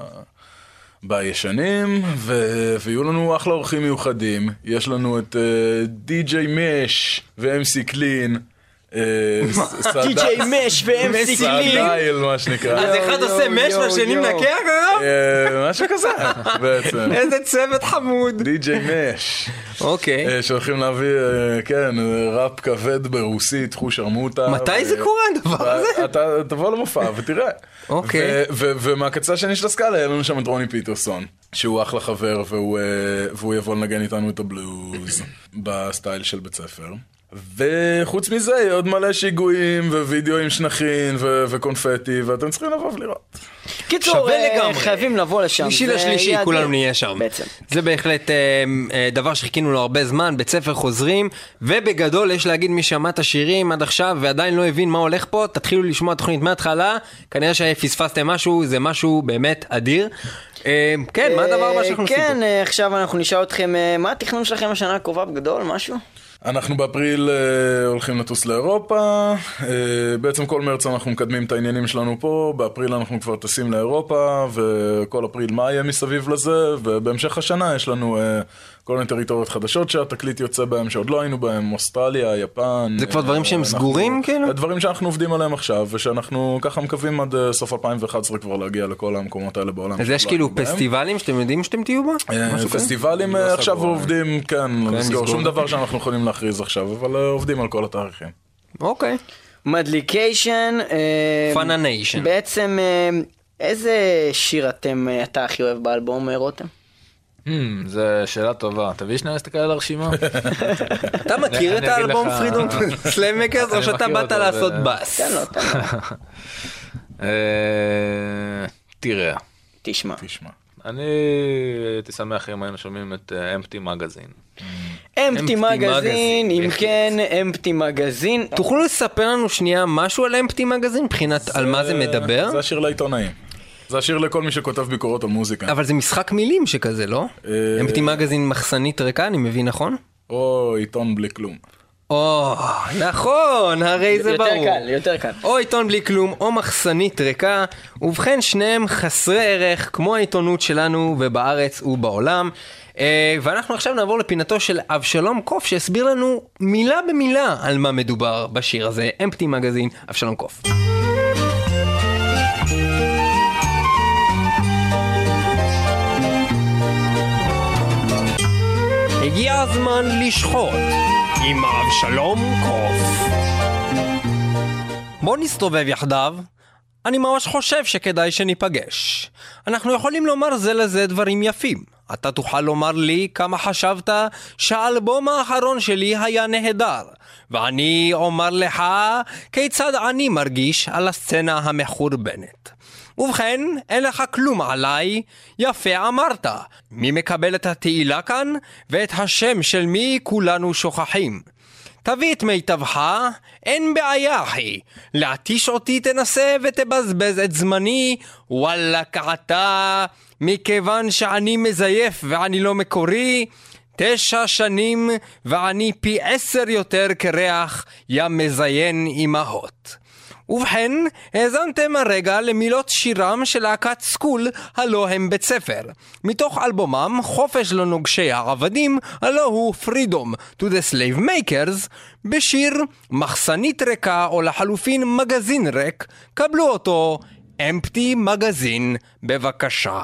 בישנים, ו... ויהיו לנו אחלה אורחים מיוחדים. יש לנו את די-ג'יי מש ו-אם סי קלין. די-ג'יי מש ו-אם סי קלין. סדייל, מה שנקרא. אז אחד עושה מש והשני מנקה ככה? משהו כזה, בעצם. איזה צוות חמוד. די-ג'יי מש. אוקיי. שהולכים להביא, כן, ראפ כבד ברוסית, חוש ארמוטה. מתי זה קורה הדבר הזה? אתה תבוא למופע ותראה. אוקיי. ומהקצה השני של הסקאלה, היה לנו שם את רוני פיטרסון, שהוא אחלה חבר, והוא יבוא לנגן איתנו את הבלוז בסטייל של בית ספר. וחוץ מזה, יהיה עוד מלא שיגועים ווידאוים שנחין וקונפטי, ואתם צריכים לבוא ולראות. קיצור, חייבים לבוא לשם. שלישי לשלישי, כולנו נהיה שם. בעצם. זה בהחלט דבר שחיכינו לו הרבה זמן, בית ספר חוזרים, ובגדול יש להגיד מי שמע את השירים עד עכשיו ועדיין לא הבין מה הולך פה, תתחילו לשמוע תוכנית מההתחלה, כנראה שפספסתם משהו, זה משהו באמת אדיר. כן, מה הדבר הבא שאנחנו עושים פה? כן, עכשיו אנחנו נשאל אתכם, מה התכנון שלכם השנה הקרובה בגדול, משהו? אנחנו באפריל uh, הולכים לטוס לאירופה, uh, בעצם כל מרץ אנחנו מקדמים את העניינים שלנו פה, באפריל אנחנו כבר טסים לאירופה, וכל אפריל מה יהיה מסביב לזה, ובהמשך השנה יש לנו uh, כל מיני טריטוריות חדשות שהתקליט יוצא בהם, שעוד לא היינו בהם, אוסטרליה, יפן. זה כבר דברים שהם סגורים כאילו? דברים שאנחנו עובדים עליהם עכשיו, ושאנחנו ככה מקווים עד uh, סוף אלפיים ואחת עשרה כבר להגיע לכל המקומות האלה בעולם. אז יש כאילו פסטיבלים שאתם יודעים שאתם תהיו בה? פסטיבלים עכשיו עובדים, כן, לסגור שום דבר שאנחנו יכולים להכריז עכשיו, אבל עובדים על כל התאריכים. אוקיי. מדליקיישן. פאנניישן. בעצם, איזה שיר אתם, אתה הכי אוהב באלבום, רותם? זו שאלה טובה. תביא שנייה להסתכל על הרשימה. אתה מכיר את האלבום פרידום סלייב מקרס, או שאתה באת לעשות בס? תן לו, תן לו. תראה. תשמע. תשמע. אני הייתי שמח אם היינו שומעים את אמפטי מגזין. אמפטי מגזין, אם כן, אמפטי מגזין. תוכלו לספר לנו שנייה משהו על אמפטי מגזין, מבחינת על מה זה מדבר? זה השיר לעיתונאים. זה השיר לכל מי שכותב ביקורות על מוזיקה. אבל זה משחק מילים שכזה, לא? אמפטי מגזין מחסנית ריקה, אני מבין נכון? או עיתון בלי כלום. או, נכון, הרי זה ברור. יותר קל, יותר קל. או עיתון בלי כלום, או מחסנית ריקה, ובכן שניהם חסרי ערך, כמו העיתונות שלנו ובארץ ובעולם. ואנחנו עכשיו נעבור לפינתו של אבשלום קוף, שהסביר לנו מילה במילה על מה מדובר בשיר הזה. אמפטי מגזין, אבשלום קוף. הגיע הזמן לשחוט עם אבשלום קוף. בוא נסתובב יחדיו. אני ממש חושב שכדאי שניפגש. אנחנו יכולים לומר זה לזה דברים יפים. אתה תוכל לומר לי כמה חשבת שהאלבום האחרון שלי היה נהדר, ואני אומר לך כיצד אני מרגיש על הסצנה המחורבנת. ובכן, אין לך כלום עליי, יפה אמרת. מי מקבל את התהילה כאן? ואת השם של מי כולנו שוכחים. תביא את מיטבך, אין בעיה אחי. להתיש אותי תנסה ותבזבז את זמני, וואלה קעתה, מכיוון שאני מזייף ואני לא מקורי, תשע שנים ואני פי עשר יותר קרח ים מזיין אמהות. ובכן, האזנתם הרגע למילות שירם של להקת סקול, הלא הם בית ספר. מתוך אלבומם חופש לנוגשי העבדים, הלא הוא Freedom to the Slave Makers, בשיר מחסנית ריקה או לחלופין מגזין ריק, קבלו אותו Empty מגזין בבקשה.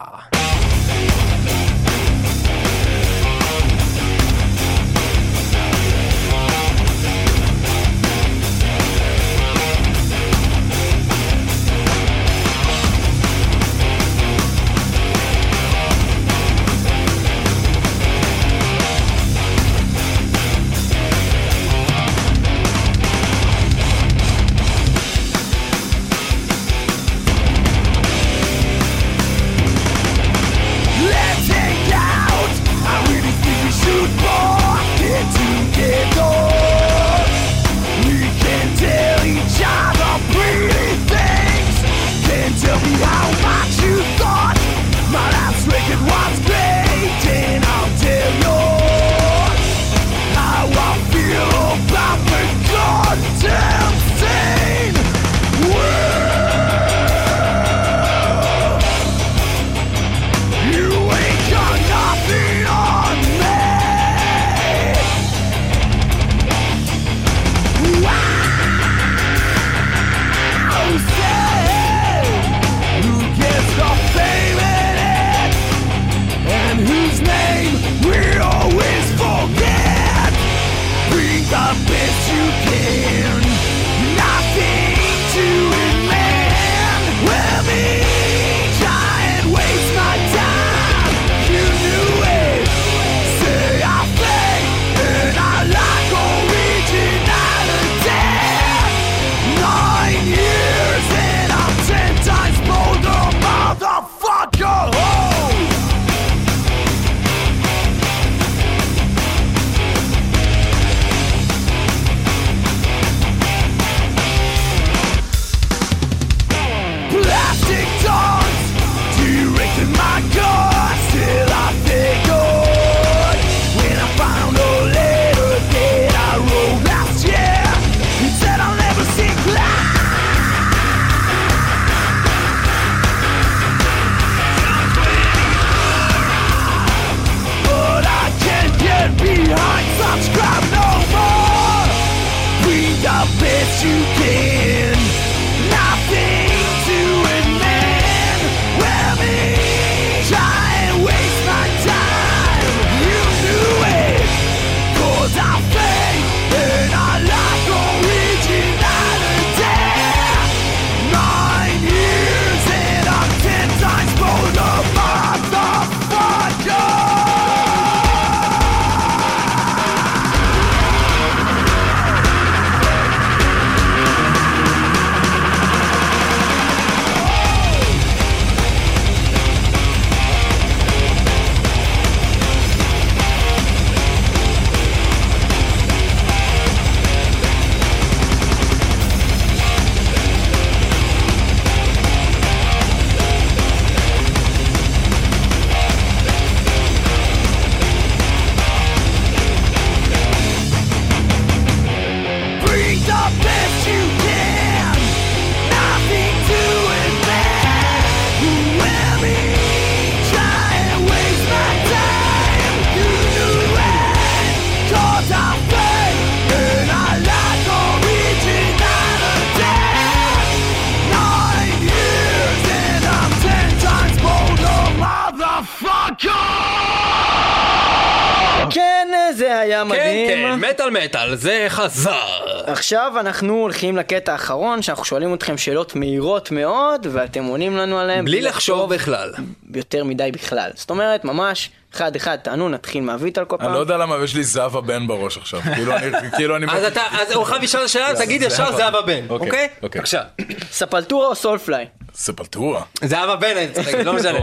זה היה מדהים. כן, כן, מטל מטל, זה חזר. עכשיו אנחנו הולכים לקטע האחרון, שאנחנו שואלים אתכם שאלות מהירות מאוד, ואתם עונים לנו עליהם. בלי לחשוב בכלל. יותר מדי בכלל. זאת אומרת, ממש, אחד אחד תענו, נתחיל מהוויטל כל פעם. אני לא יודע למה, יש לי זהבה בן בראש עכשיו. כאילו אני... אז אתה, אז הוא חייב לשאול שאלה, תגיד ישר זהבה בן, אוקיי? בבקשה. ספלטורה או סולפליי? ספלטורה. זהבה בן, אני צודק, לא משנה.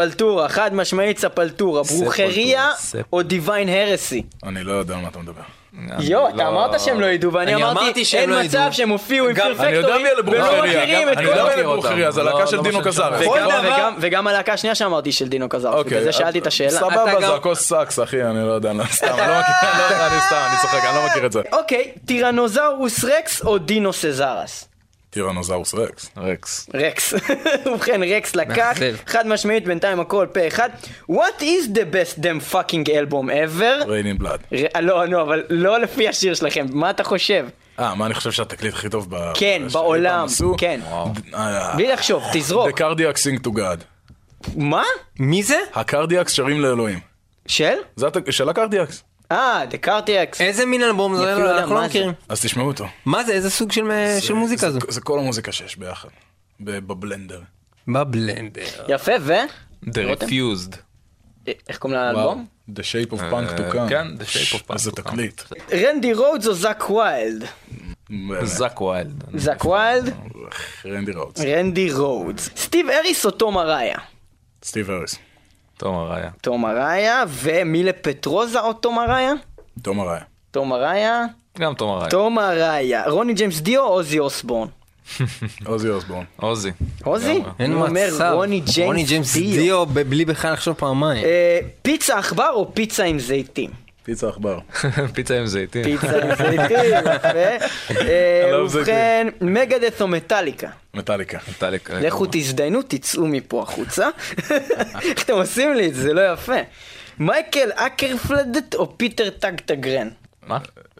ספלטורה, חד משמעית ספלטורה. ברוכריה או דיוויין הרסי? אני לא יודע על מה אתה מדבר. יו, אתה אמרת שהם לא ידעו, ואני אני אמרתי אמרתי, שהם אין לא מצב ידעו. שהם הופיעו עם אני יודע פרפקטורים, מי אלה ולא ברוכריה, מכירים את אני כל יודע מי ה... אלה ברוכריה, זה הלהקה של דינו קזר. וגם הלהקה השנייה שאמרתי של דינו קזר, בגלל זה שאלתי את השאלה. סבבה, זה הכוס סאקס, אחי, אני לא יודע, סתם, אני לא מכיר, אני סתם, אני צוחק, אני לא מכיר את זה. אוקיי, טירנוזאורוס רקס או דינו סזרס? טירנוזאוס רקס. רקס. רקס. ובכן, רקס לקח, מאכזב. חד משמעית בינתיים הכל פה אחד. What is the best damn fucking album ever? ריין בלאד. ר- לא, לא, אבל לא לפי השיר שלכם, מה אתה חושב? אה, מה אני חושב שהתקליט הכי טוב ב... כן, שאי בעולם, פעם עשו? כן. אה, בלי לחשוב, תזרוק. The Cardiacs Sing to God. מה? מי זה? הקרדיאקס שרים לאלוהים. של? זה הת- של הקרדיאקס. אה, The Cardiacs. איזה מין אלבום זה? אני אפילו לא יודע אנחנו לא מה זה. מכירים. אז תשמעו אותו. מה זה? איזה סוג של של מוזיקה זו? זה- זה כל המוזיקה שיש ביחד. ב- בבלנדר. בבלנדר. יפה, ו? The Refused. איך קוראים לאלבום? The Shape of Punk to Come. כן, The Shape of Punk איזה to Come. תקליט. רנדי רודס או זאק ויילד? זאק ויילד. זאק ויילד? רנדי רודס. רנדי רודס. סטיב אריס או תום אריה? סטיב אריס. תום אריה. תום אריה, ומילה פטרוזה או תום אריה? תום אריה. תום אריה. גם תום אריה. תום אריה. רוני ג'יימס דיו או עוזי אוסבורן? עוזי אוסבורן. עוזי. עוזי? אין הוא אומר מצב. רוני רוני ג'יימס ג'יימס דיו. דיו ב- בלי בכלל לחשוב פעמיים. אה, פיצה עכבר או פיצה עם זיתים? פיצה עכבר. פיצה עם זיתים. פיצה עם זיתים, יפה. אה, לא, זה ובכן, מגדס או מטאליקה? מטאליקה. טליק. לכו תזדיינו, תצאו מפה החוצה. איך אתם עושים לי את זה? זה לא יפה. מייקל אקרפלד או פיטר טגטגרן? מה?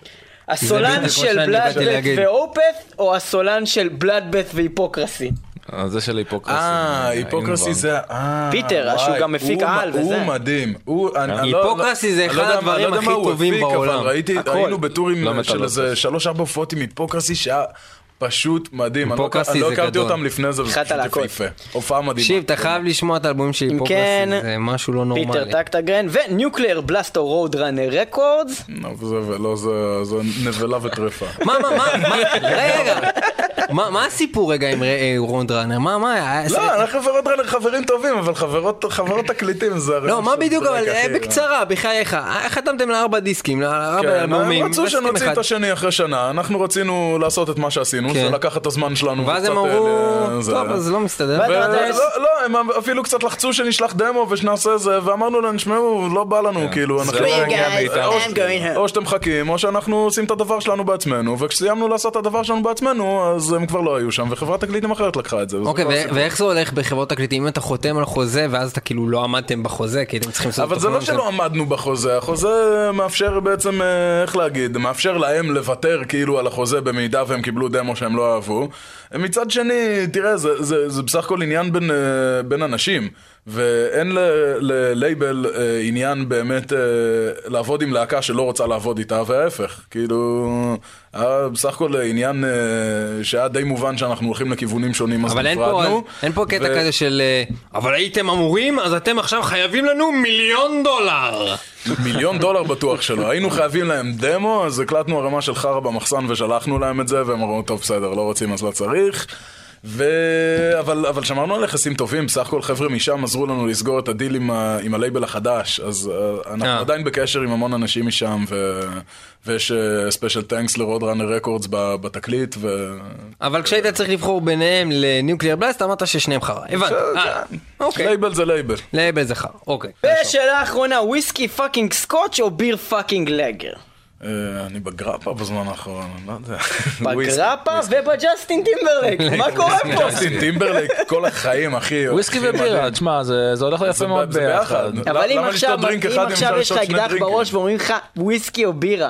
הסולן בדיוק של מה שאני באתי בלאדבeth להגיד. ואופת או הסולן של בלאדבeth והיפוקרסי? אה, זה של היפוקרסי. אה, היינו היפוקרסי כבר. זה... אה, פיטר, וואי, שהוא גם מפיק הוא- על וזה. הוא מדהים. הוא... אני- אני לא- היפוקרסי זה אני לא אחד יודע מה- הדברים לא יודע הכי מה הוא טובים הפיק, בעולם. אבל ראיתי, הכל. היינו בטורים לא של מטלות. איזה שלוש ארבע הופעות עם היפוקרסי שהיה פשוט מדהים. אני לא- היפוקרסי אני לא זה הכרתי גדול. אותם לפני זה, וזה אחת פשוט הלהקות. יפהפה. הופעה מדהימה. תקשיב, אתה חייב לשמוע את האלבומים של היפוקרסי, כן, זה משהו לא פיטר נורמלי. טגטגרן וניוקלר בלאסט או רוד ראנר רקורדס. לא, זה ולא, זה- זה נבלה וטרפה. מה, מה, מה, מה, רגע, מה מה הסיפור רגע עם אה, רון דראנר? מה, מה, היה- לא, אנחנו חברות רנר חברים טובים, אבל חברות חברות תקליטים זה... הרי לא, מה משהו בדיוק, אבל ברקע, אה, אחי. בקצרה, בחייך, חתמתם לארבע דיסקים, לארבע כן, אלבומים, הם רצו ועשיתם שנוציא אחד. את השני אחרי שנה, אנחנו רצינו לעשות את מה שעשינו, כן. זה לקח את הזמן שלנו. ואז הם וקצת, אמרו, אה, זה- טוב, אז לא מסתדר. ואז ו- אמרת, לא, לא, הם אפילו קצת לחצו שנשלח דמו ושנעשה זה, ואמרנו להם, שמעו, לא בא לנו, כאילו, אנחנו... זה Hey מגיע guys, מאיתנו. I'm going home. או שאתם מחכים, או שאנחנו עושים את הדבר שלנו בעצמנו, וכשסיימנו לעשות את הדבר שלנו בעצמנו, אז הם כבר לא היו שם, וחברת תקליטים אחרת לקחה את זה. וזה אוקיי, לא ו- הסיפור. ואיך זה הולך בחברות תקליטים? אם אתה חותם על חוזה ואז אתה כאילו לא עמדתם בחוזה, כי אתם צריכים לעשות אבל זה לא תוכניות שלא עמדנו בחוזה, החוזה מאפשר בעצם, אה, איך להגיד, מאפשר להם לוותר כאילו על החוזה במידה והם קיבלו דמו שהם לא אהבו. מצד שני, תראה, זה, זה, זה בסך הכל עניין בין, אה, בין אנשים, ואין ל- ללייבל אה, עניין באמת אה, לעבוד עם להקה שלא רוצה לעבוד איתה, וההפך, כאילו, היה בסך הכל עניין אה, שהיה די מובן שאנחנו הולכים לכיוונים שונים, אז אבל אין פה, נפרדנו. אין פה קטע ו- כזה של אה, אבל הייתם אמורים, אז אתם עכשיו חייבים לנו מיליון דולר. מיליון דולר בטוח שלא. היינו חייבים להם דמו, אז הקלטנו הרמה של חרא במחסן ושלחנו להם את זה, והם אמרו, טוב, בסדר, לא רוצים אז לא צריך. ו... אבל, אבל שמרנו על יחסים טובים, בסך הכל חבר'ה משם עזרו לנו לסגור את הדיל עם, ה... עם הלייבל החדש, אז uh, אנחנו אה. עדיין בקשר עם המון אנשים משם, ו... ויש ספיישל טנקס לרוד ראנר רקורדס בתקליט, ו... אבל כשהיית צריך לבחור ביניהם לניוקליר בלאסט, אמרת ששניהם חרא. הבנתי. אה, אוקיי. לייבל זה לייבל. לייבל זה חרא. אוקיי. ושאלה אחרונה, וויסקי פאקינג סקוטש או ביר פאקינג לגר? Uh, אני בגרפה בזמן האחרון, לא יודע. בגרפה ובג'סטין טימברלייק, מה קורה פה? ג'סטין טימברלייק כל החיים, אחי. וויסקי הכי ובירה, מדהים. תשמע, זה זה הולך זה יפה מאוד זה ביחד. אבל אם למה עכשיו לשתות דרינק אם אחד אם עכשיו אפשר יש לך לשתות שני אקדח דרינקים? בראש ואומרים לך וויסקי או בירה?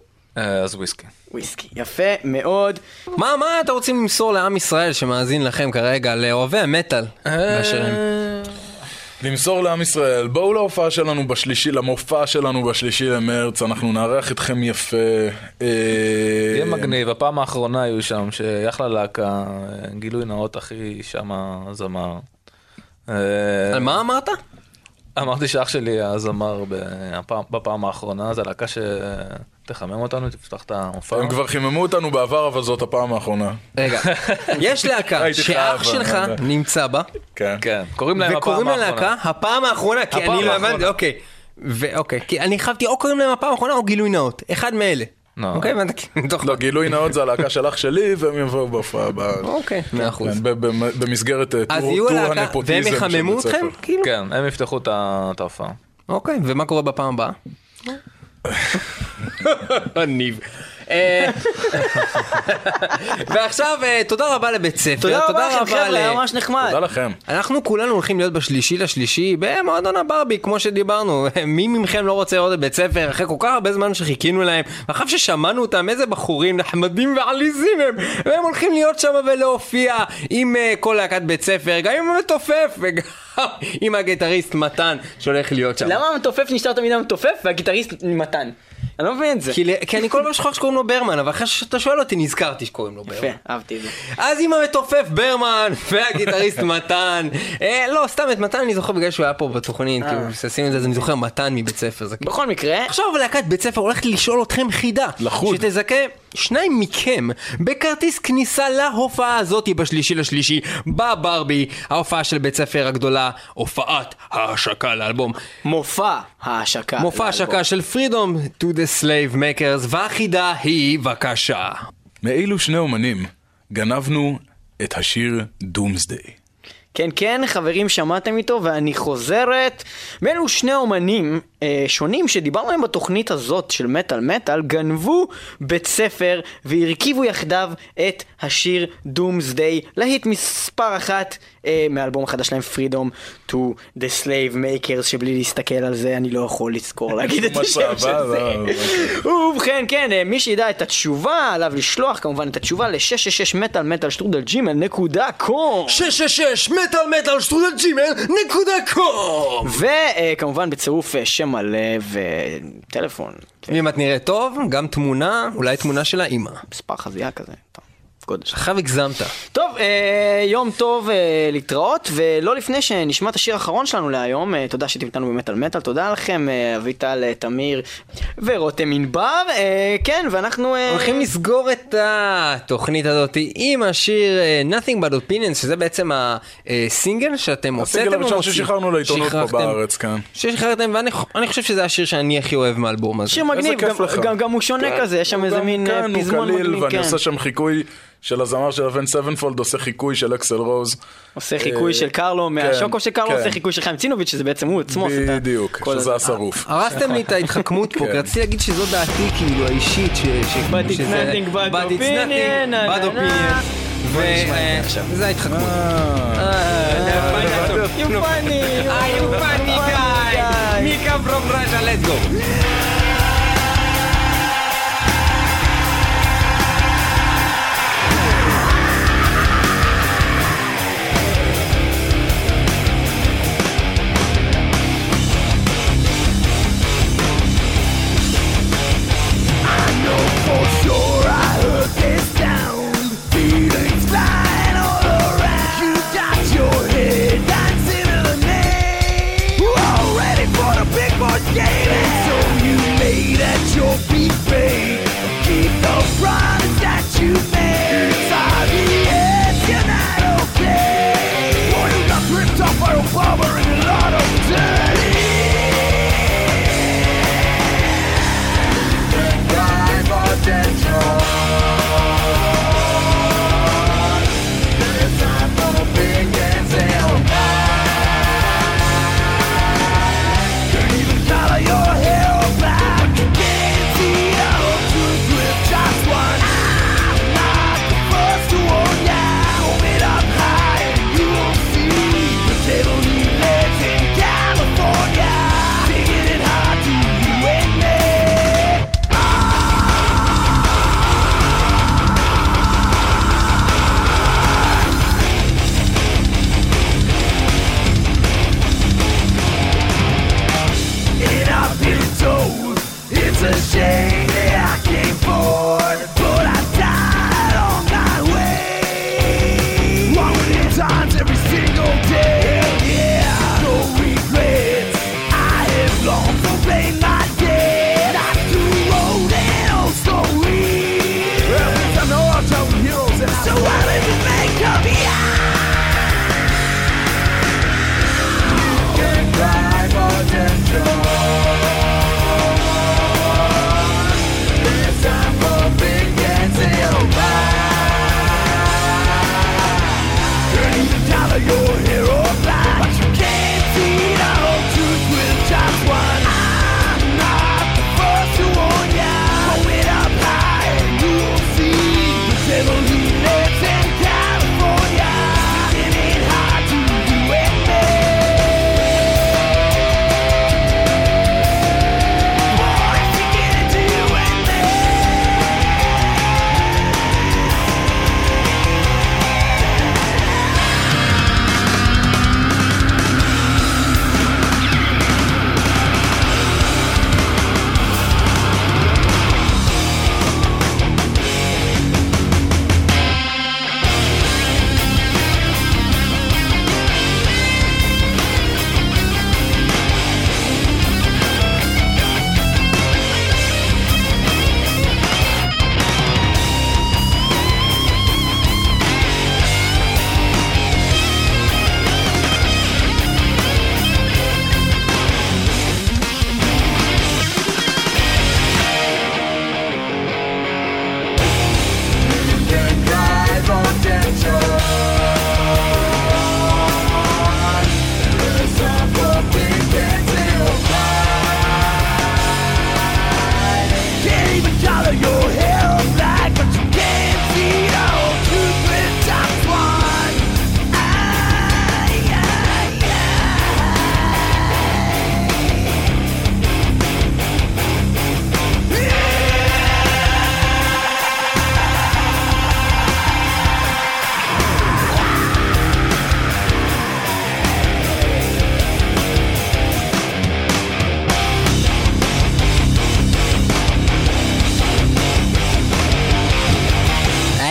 אה, אז וויסקי. וויסקי, יפה מאוד. מה, מה אתם רוצים למסור לעם ישראל שמאזין לכם כרגע, לאוהבי המטאל? באשר הם? למסור לעם ישראל, בואו להופעה שלנו בשלישי, למופע שלנו בשלישי למרץ, אנחנו נארח אתכם יפה. אה, יהיה מגניב, הפעם האחרונה היו שם, שיחלה להקה, גילוי נאות אחי, שם הזמר. אה, על מה אמרת? אמרתי שאח שלי הזמר בפעם- בפעם האחרונה, זה להקה שתחמם אותנו, תפתח את המופע. הם כבר חיממו אותנו בעבר, אבל זאת הפעם האחרונה. רגע, יש להקה הייתי שאח חייב, שלך אבל- נמצא בה, כן. כן, קוראים להם הפעם וקוראים האחרונה. ללהקה הפעם האחרונה, כי הפעם אני לא האחרונה. הבנתי, אוקיי. ואוקיי, כי אני חייבתי או קוראים להם הפעם האחרונה או גילוי נאות, אחד מאלה. לא. אוקיי, לא, גילוי נאות זה הלהקה של אח שלי, והם יבואו בהופעה הבאה. אוקיי, מאה אחוז. כן, ב- ב- במסגרת אה, אז טור יהיו טור הלהקה, הנפוטיזם והם של יחממו בית ספר. אתכם? כאילו? כן, הם יפתחו את ה- את ההופעה. אוקיי, ומה קורה בפעם הבאה? ניב. אה, ועכשיו אה, תודה רבה לבית ספר, תודה רבה לכם ל- חבר'ה, היה ממש נחמד. תודה לכם. אנחנו כולנו הולכים להיות בשלישי לשלישי במועדון הברבי, כמו שדיברנו. מי מכם לא רוצה לראות את בית ספר אחרי כל כך הרבה זמן שחיכינו להם, ואחר ששמענו אותם איזה בחורים נחמדים ועליזים הם, והם הולכים להיות שם ולהופיע עם uh, כל להקת בית ספר, גם עם המתופף וגם עם הגיטריסט מתן שהולך להיות שם. למה המתופף נשאר תמיד המתופף והגיטריסט מתן? אני לא מבין את זה. כי, כי אני כל פעם שוכח שקוראים לו ברמן, אבל אחרי שאתה שואל אותי נזכרתי שקוראים לו ברמן. יפה, אהבתי את זה. אז עם המתופף ברמן והגיטריסט מתן, אה, לא, סתם את מתן אני זוכר בגלל שהוא היה פה בתוכנית, כאילו, שעשינו את זה, אז אני זוכר מתן מבית ספר. זה כאילו. בכל מקרה, עכשיו להקת בית ספר הולכת לשאול אתכם חידה. לחוד. שתזכה שניים מכם בכרטיס כניסה להופעה הזאת בשלישי לשלישי בברבי, ההופעה של בית ספר הגדולה, הופעת ההשקה לאלבום. מופע ההשקה. מופע ההשקה של Freedom to the Slave Makers, והחידה היא בבקשה. מאילו שני אומנים גנבנו את השיר Doomsday? כן, כן, חברים, שמעתם איתו, ואני חוזרת. מאלו שני אומנים אה, שונים שדיברנו עליהם בתוכנית הזאת של מטל מטל, גנבו בית ספר והרכיבו יחדיו את השיר Doomsday, להיט מספר אחת אה, מהאלבום החדש שלהם, Freedom to the Slave Makers, שבלי להסתכל על זה אני לא יכול לזכור להגיד את השם של זה. ובכן, כן, אה, מי שידע את התשובה, עליו לשלוח כמובן את התשובה ל-שש שש שש מטל מטל שטרודל ג'ימייל נקודה קום. שש שש שש מטל מטל שטרודל ג'ימייל נקודה קום. וכמובן בצירוף שם מלא וטלפון. אם את נראית טוב, גם תמונה, אולי תמונה של האמא. מספר חזייה כזה. טוב, גודש. עכשיו הגזמת. טוב, אה, יום טוב אה, להתראות, ולא לפני שנשמע את השיר האחרון שלנו להיום, אה, תודה שאתם איתנו במטל מטל, תודה לכם, אה, אביטל, אה, תמיר ורותם ענבר, אה, כן, ואנחנו... אה, הולכים לסגור את התוכנית הזאת עם השיר אה, Nothing But Opinions, שזה בעצם הסינגל שאתם הוצאתם. הסינגל הראשון ששחררנו לעיתונות פה בארץ, כן. ששחררתם, ואני חושב שזה השיר שאני הכי אוהב מהאלבום הזה. שיר מגניב, כיף גם, לך. גם, גם הוא שונה כזה, יש שם איזה מין אה, כן, הוא פזמון קליל, מגניב, ואני כן. עושה שם חיקוי של הזמר של אבן סבנפולד, עושה חיקוי של אקסל רוז. עושה חיקוי של קרלו, מהשוקו של קרלו, עושה חיקוי של חיים צינוביץ', שזה בעצם הוא עצמו. בדיוק, שזה השרוף. הרסתם לי את ההתחכמות פה, כי רציתי להגיד שזו דעתי כאילו האישית, But it's nothing but opinion, bad opinion, וזה ההתחכמות. You funny, you funny guy, Mika from Russia, let's go. For sure I heard this sound. Feelings flying all around. You got your head dancing in the name. All ready for the big boy game. And so you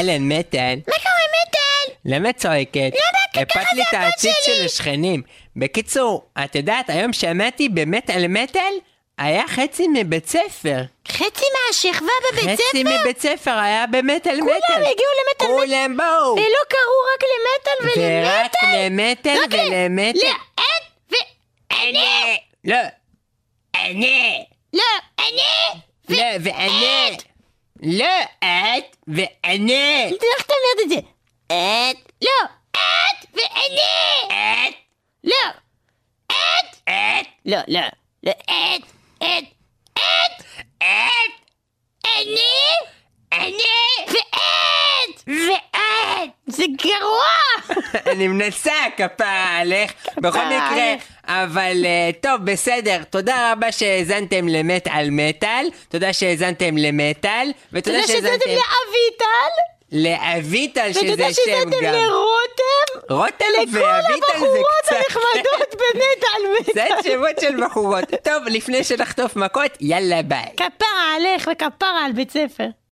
אהלן מטל. מה קורה מטל? למה צועקת? למה? ככה הפת לי זה את הבת העציץ שלי. של השכנים. בקיצור, את יודעת, היום שמעתי במטל מטל, היה חצי מבית ספר. חצי מהשכבה בבית חצי ספר? מבית ספר היה במטל כולם מטל. הגיעו למטל מטל. כולם באו. ולא קראו רק למטל ורק ולמטל? למטל רק ל- ולמטל. לעת ואני. לא. אני. לא, אני. לא, ואני. לא, את ואני. איך אתה אומרת את זה? את. לא. את ואני. את. לא. את. את. לא, לא. לא. את. את. את. את. אני. אני. ואת. ואת. זה גרוע. אני מנסה, כפרה עליך. בכל מקרה, אבל אה, טוב, בסדר. תודה רבה שהאזנתם למטל מטל. תודה שהאזנתם למטל. ותודה תודה שהזנתם לאביטל. לאביטל, שזה ותודה שם שהזנתם גם. לרותם. רוטל לכל ואביטל זה הבחורות קצת. הנחמדות במטל זה מטל. שמות של בחורות. טוב, לפני שנחטוף מכות, יאללה ביי. כפרה עליך וכפרה על בית ספר.